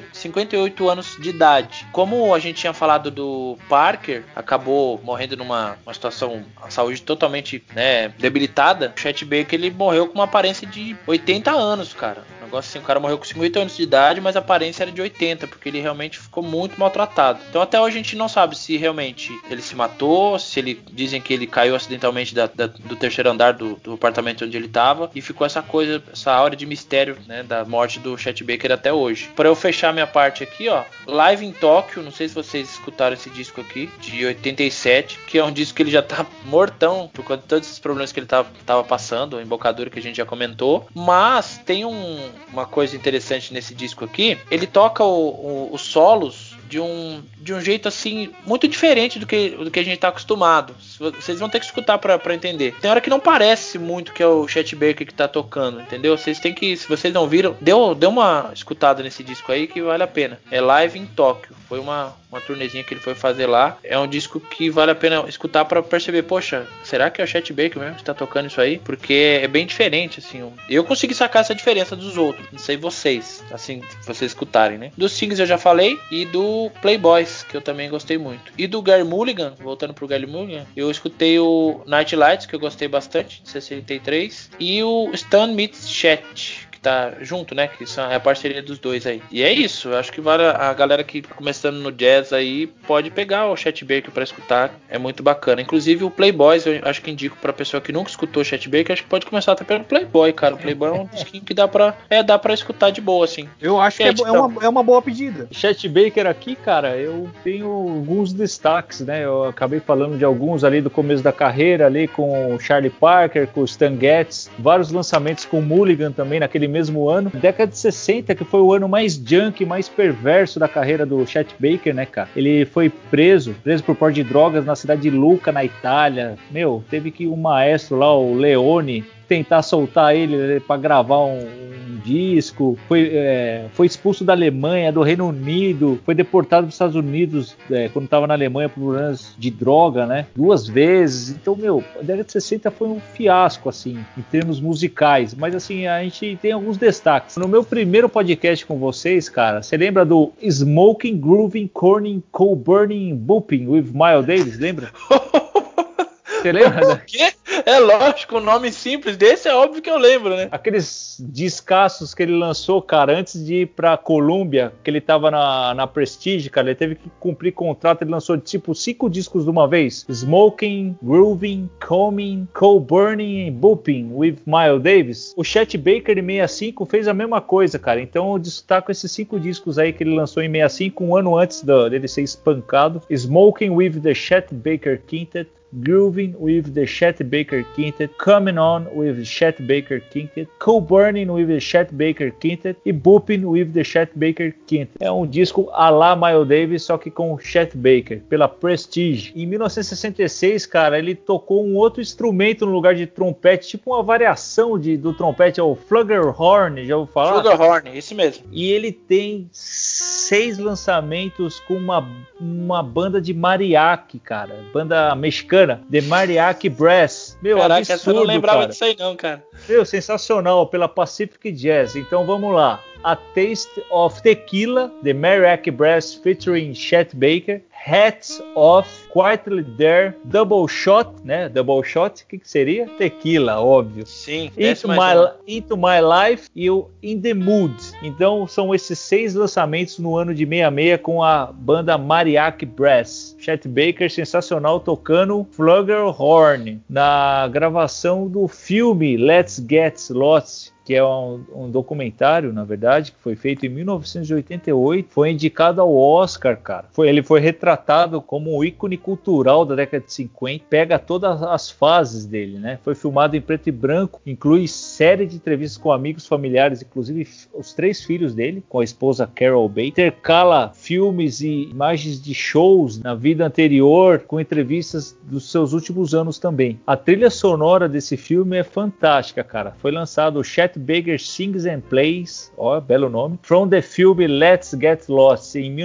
[SPEAKER 4] 58 anos de idade. Como a gente tinha falado do Parker, acabou morrendo numa situação, a saúde totalmente, né, debilitada, o Chet Baker ele morreu com uma aparência de 80 anos, cara. Um negócio assim, o cara morreu com 50 anos de idade, mas a aparência era de 80, porque ele realmente ficou muito maltratado. Então até hoje a gente não sabe se realmente ele se matou, dizem que ele caiu acidentalmente do terceiro andar do apartamento onde ele estava, e ficou essa aura de mistério, né, da morte do Chet Baker até hoje. Para eu fechar minha parte aqui, ó, Live em Tóquio, não sei se vocês escutaram esse disco aqui, de 87, que é um disco que ele já tá mortão, por conta de todos esses problemas que ele tava passando, a embocadura que a gente já comentou, mas tem uma coisa interessante nesse disco aqui, ele toca os solos de um jeito assim muito diferente do que a gente tá acostumado. Vocês vão ter que escutar pra entender. Tem hora que não parece muito que é o Chet Baker que tá tocando, entendeu? Vocês têm que, se vocês não viram, dê uma escutada nesse disco aí que vale a pena. É Live em Tóquio. Foi uma turnezinha que ele foi fazer lá. É um disco que vale a pena escutar pra perceber, poxa, será que é o Chet Baker mesmo que tá tocando isso aí? Porque é bem diferente, assim. Eu consegui sacar essa diferença dos outros. Não sei vocês, assim, se vocês escutarem, né? Dos singles eu já falei e do Playboys, que eu também gostei muito. E do Gary Mulligan, voltando pro Gary Mulligan, eu escutei o Night Lights, que eu gostei bastante, de 63, e o Stan Meets Chet, que tá junto, né? Que é a parceria dos dois aí. E é isso, eu acho que vale a galera que tá começando no jazz aí, pode pegar o Chet Baker pra escutar, é muito bacana. Inclusive o Playboys, eu acho que indico pra pessoa que nunca escutou o Chet Baker, acho que pode começar até pelo Playboy, cara. O Playboy é um disquinho que dá pra escutar de boa, assim.
[SPEAKER 2] Eu acho que é uma boa pedida.
[SPEAKER 3] Chet Baker aqui, cara, eu tenho alguns destaques, né? Eu acabei falando de alguns ali do começo da carreira, ali com o Charlie Parker, com o Stan Getz, vários lançamentos com o Mulligan também naquele mesmo ano. Década de 60, que foi o ano mais junk, mais perverso da carreira do Chet Baker, né, cara? Ele foi preso por porte de drogas na cidade de Lucca, na Itália. Meu, teve que o maestro lá, o Leone, tentar soltar ele para gravar um disco, foi expulso da Alemanha, do Reino Unido, foi deportado para os Estados Unidos quando estava na Alemanha por problemas de droga, né? 2 vezes. Então, meu, a década de 60 foi um fiasco, assim, em termos musicais. Mas, assim, a gente tem alguns destaques. No meu primeiro podcast com vocês, cara, você lembra do Smoking, Grooving, Corning, Coal Burning, Booping with Miles Davis, lembra? Você lembra?
[SPEAKER 4] O quê? É lógico, um nome simples desse é óbvio que eu lembro, né?
[SPEAKER 3] Aqueles descassos que ele lançou, cara, antes de ir pra Columbia, que ele tava na Prestige, cara, ele teve que cumprir contrato, ele lançou tipo 5 discos de uma vez. Smoking, Grooving, Combing, Coal Burning e Booping with Miles Davis. O Chet Baker em 65 fez a mesma coisa, cara, então eu destaco esses 5 discos aí que ele lançou em 65, um ano antes dele ser espancado. Smoking with the Chet Baker Quintet, Grooving with the Chet Baker Baker Quintet, Coming On with the Chet Baker Quintet, Cool Burning with the Chet Baker Quintet e Booping with the Chet Baker Quintet. É um disco à la Miles Davis, só que com o Chet Baker, pela Prestige. Em 1966, cara, ele tocou um outro instrumento no lugar de trompete, tipo uma variação do trompete, é o Flugelhorn, já ouviu falar?
[SPEAKER 4] Flugelhorn, esse mesmo.
[SPEAKER 3] E ele tem 6 lançamentos com uma banda de mariachi, cara. Banda mexicana, The Mariachi Brass. Meu,
[SPEAKER 4] caraca,
[SPEAKER 3] absurdo,
[SPEAKER 4] essa eu não lembrava
[SPEAKER 3] cara.
[SPEAKER 4] disso aí não, cara.
[SPEAKER 3] Meu, sensacional, pela Pacific Jazz. Então vamos lá. A Taste of Tequila, The Mariachi Brass featuring Chet Baker. Hats Off, Quietly There, Double Shot, né? Double Shot, o que seria? Tequila, óbvio.
[SPEAKER 4] Sim,
[SPEAKER 3] Into My Life e o In The Mood. Então são esses 6 lançamentos no ano de 66 com a banda Mariachi Brass. Chet Baker, sensacional, tocando Flugelhorn na gravação do filme Let's Get Lost, que é um documentário, na verdade, que foi feito em 1988, foi indicado ao Oscar, cara. Ele foi retratado como um ícone cultural da década de 50, pega todas as fases dele, né? Foi filmado em preto e branco, inclui série de entrevistas com amigos, familiares, inclusive os 3 filhos dele, com a esposa Carol Baker, intercala filmes e imagens de shows na vida anterior, com entrevistas dos seus últimos anos também. A trilha sonora desse filme é fantástica, cara. Foi lançado o Chet Baker Sings and Plays, ó, belo nome, from the film Let's Get Lost, em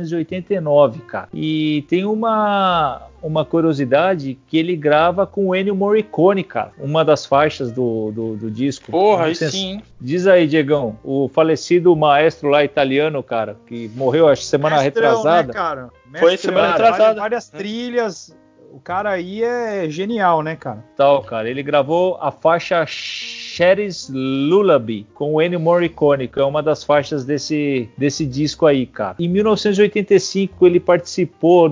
[SPEAKER 3] 1989, cara. E tem uma curiosidade que ele grava com o Ennio Morricone, cara, uma das faixas do disco.
[SPEAKER 4] Porra, aí sim.
[SPEAKER 3] Diz aí, Diegão, o falecido maestro lá italiano, cara, que morreu acho semana retrasada.
[SPEAKER 2] Né, cara?
[SPEAKER 4] Foi semana retrasada.
[SPEAKER 2] Várias trilhas. O cara aí é genial, né, cara?
[SPEAKER 3] Tal, cara. Ele gravou a faixa Cherry's Lullaby com o Ennio Morricone, que é uma das faixas desse disco aí, cara. Em 1985 ele participou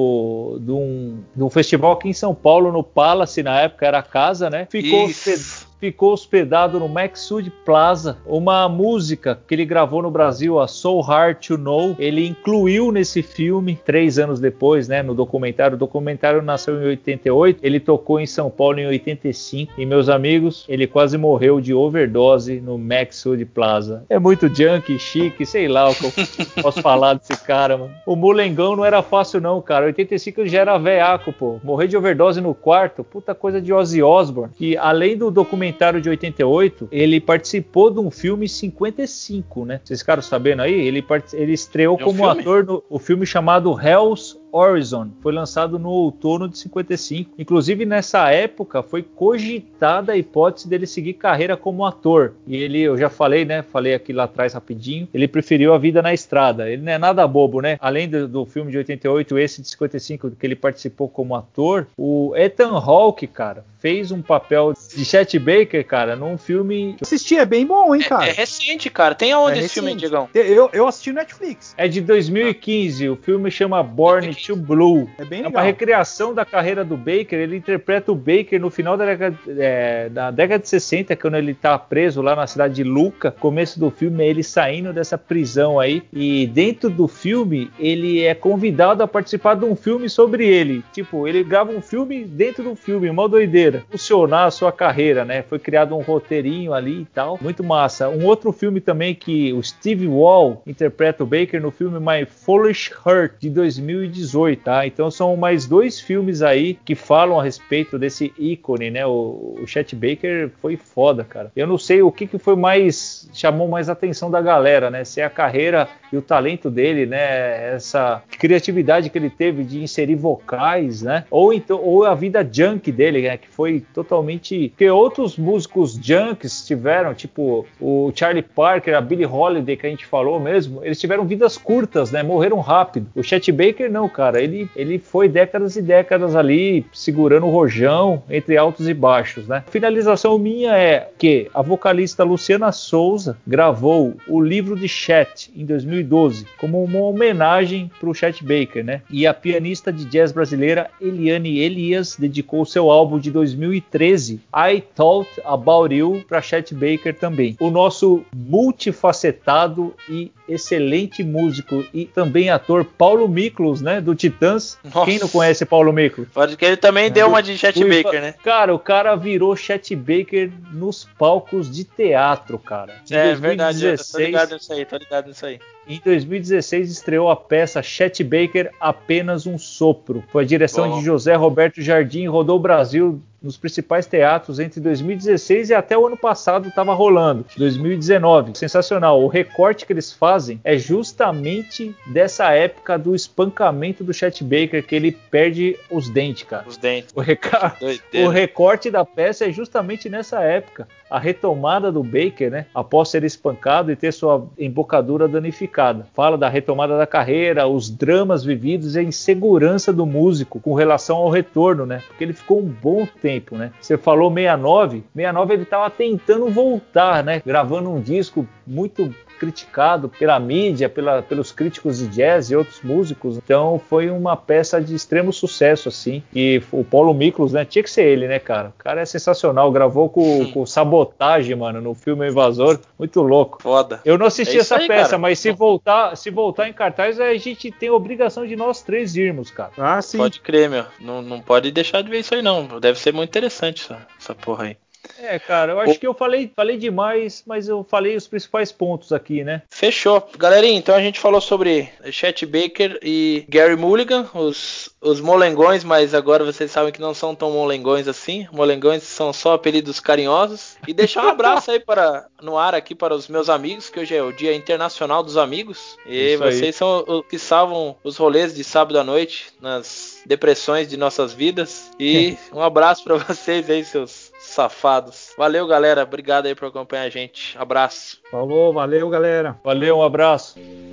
[SPEAKER 3] de um festival aqui em São Paulo, no Palace, na época era a casa, né? Ficou hospedado no Maxud Plaza, uma música que ele gravou no Brasil, a So Hard to Know, ele incluiu nesse filme 3 anos depois, né, no documentário. O documentário nasceu em 88, ele tocou em São Paulo em 85, e meus amigos, ele quase morreu de overdose no Maxud Plaza. É muito junk, chique, sei lá o que eu posso falar desse cara, mano. O Mulengão não era fácil não, cara. 85 ele já era veaco, pô. Morrer de overdose no quarto, puta coisa de Ozzy Osbourne. E além do documentário de 88, ele participou de um filme em 55, né? Vocês ficaram sabendo aí? Ele estreou como ator no filme chamado Hell's Horizon, foi lançado no outono de 55. Inclusive nessa época foi cogitada a hipótese dele seguir carreira como ator. E eu já falei, né? Falei aqui lá atrás rapidinho. Ele preferiu a vida na estrada. Ele não é nada bobo, né? Além do filme de 88, esse de 55 que ele participou como ator, o Ethan Hawke, cara, fez um papel de Chet Baker, cara, num filme...
[SPEAKER 2] Assisti, é bem bom, hein, cara?
[SPEAKER 4] É recente, cara. Tem aonde esse filme, Diegão?
[SPEAKER 2] Eu assisti no Netflix.
[SPEAKER 3] É de 2015. O filme chama Born to Blue.
[SPEAKER 2] É bem
[SPEAKER 3] legal.
[SPEAKER 2] É uma
[SPEAKER 3] recriação da carreira do Baker. Ele interpreta o Baker no final da década de 60, quando ele tá preso lá na cidade de Lucca. Começo do filme é ele saindo dessa prisão aí. E dentro do filme, ele é convidado a participar de um filme sobre ele. Tipo, ele grava um filme dentro do filme, uma doideira. Funcionar a sua carreira, né? Foi criado um roteirinho ali e tal. Muito massa. Um outro filme também que o Steve Wall interpreta o Baker no filme My Foolish Heart, de 2018, tá? Então são mais 2 filmes aí que falam a respeito desse ícone, né? O Chet Baker foi foda, cara. Eu não sei o que foi mais... chamou mais a atenção da galera, né? Se é a carreira e o talento dele, né? Essa criatividade que ele teve de inserir vocais, né? Ou a vida junk dele, né? Que foi totalmente... Porque outros músicos junks tiveram, tipo o Charlie Parker, a Billie Holiday, que a gente falou mesmo, eles tiveram vidas curtas, né? Morreram rápido. O Chet Baker não, cara. Ele foi décadas e décadas ali segurando o rojão entre altos e baixos, né? A finalização minha é que a vocalista Luciana Souza gravou o livro de Chet em 2012 como uma homenagem para o Chet Baker, né? E a pianista de jazz brasileira Eliane Elias dedicou seu álbum de 2013, I Thought About You, para Chet Baker também. O nosso multifacetado e excelente músico e também ator Paulo Miklos, né, do Titãs.
[SPEAKER 4] Nossa.
[SPEAKER 3] Quem não conhece Paulo Miklos?
[SPEAKER 4] Pode que ele também deu uma de Chet Baker, né?
[SPEAKER 3] Cara, o cara virou Chet Baker nos palcos de teatro, cara. Em
[SPEAKER 4] Verdade, eu tô ligado
[SPEAKER 3] 2016,
[SPEAKER 4] nisso aí.
[SPEAKER 3] Em 2016 estreou a peça Chet Baker, Apenas um Sopro. Foi a direção
[SPEAKER 4] Bom.
[SPEAKER 3] de José Roberto Jardim e rodou o Brasil nos principais teatros entre 2016 e até o ano passado estava rolando, 2019. Sensacional. O recorte que eles fazem é justamente dessa época do espancamento do Chet Baker, que ele perde os dentes, cara.
[SPEAKER 4] Os dentes.
[SPEAKER 3] O recorte da peça é justamente nessa época. A retomada do Baker, né, após ser espancado e ter sua embocadura danificada. Fala da retomada da carreira, os dramas vividos e a insegurança do músico com relação ao retorno, né? Porque ele ficou um bom tempo, né? Você falou 69 ele estava tentando voltar, né? Gravando um disco muito criticado pela mídia, pelos críticos de jazz e outros músicos. Então foi uma peça de extremo sucesso, assim. E o Paulo Miklos, né? Tinha que ser ele, né, cara? O cara é sensacional. Gravou com Sabotagem, mano, no filme Invasor. Muito louco.
[SPEAKER 4] Foda.
[SPEAKER 3] Eu não assisti essa
[SPEAKER 4] aí,
[SPEAKER 3] peça,
[SPEAKER 4] cara.
[SPEAKER 3] mas se voltar em cartaz, a gente tem a obrigação de nós três irmos, cara.
[SPEAKER 2] Ah, sim.
[SPEAKER 4] Pode crer, meu. Não pode deixar de ver isso aí, não. Deve ser muito interessante essa porra aí.
[SPEAKER 3] Cara, eu acho que eu falei demais, mas eu falei os principais pontos aqui, né?
[SPEAKER 4] Fechou. Galerinha, então a gente falou sobre Chet Baker e Gary Mulligan, os molengões, mas agora vocês sabem que não são tão molengões assim. Molengões são só apelidos carinhosos. E deixar um abraço aí no ar aqui para os meus amigos, que hoje é o Dia Internacional dos Amigos. E
[SPEAKER 3] Isso aí.
[SPEAKER 4] vocês são os que salvam os rolês de sábado à noite nas depressões de nossas vidas. E um abraço para vocês aí, seus safados. Valeu, galera. Obrigado aí por acompanhar a gente. Abraço.
[SPEAKER 2] Falou, valeu, galera.
[SPEAKER 3] Valeu, um abraço.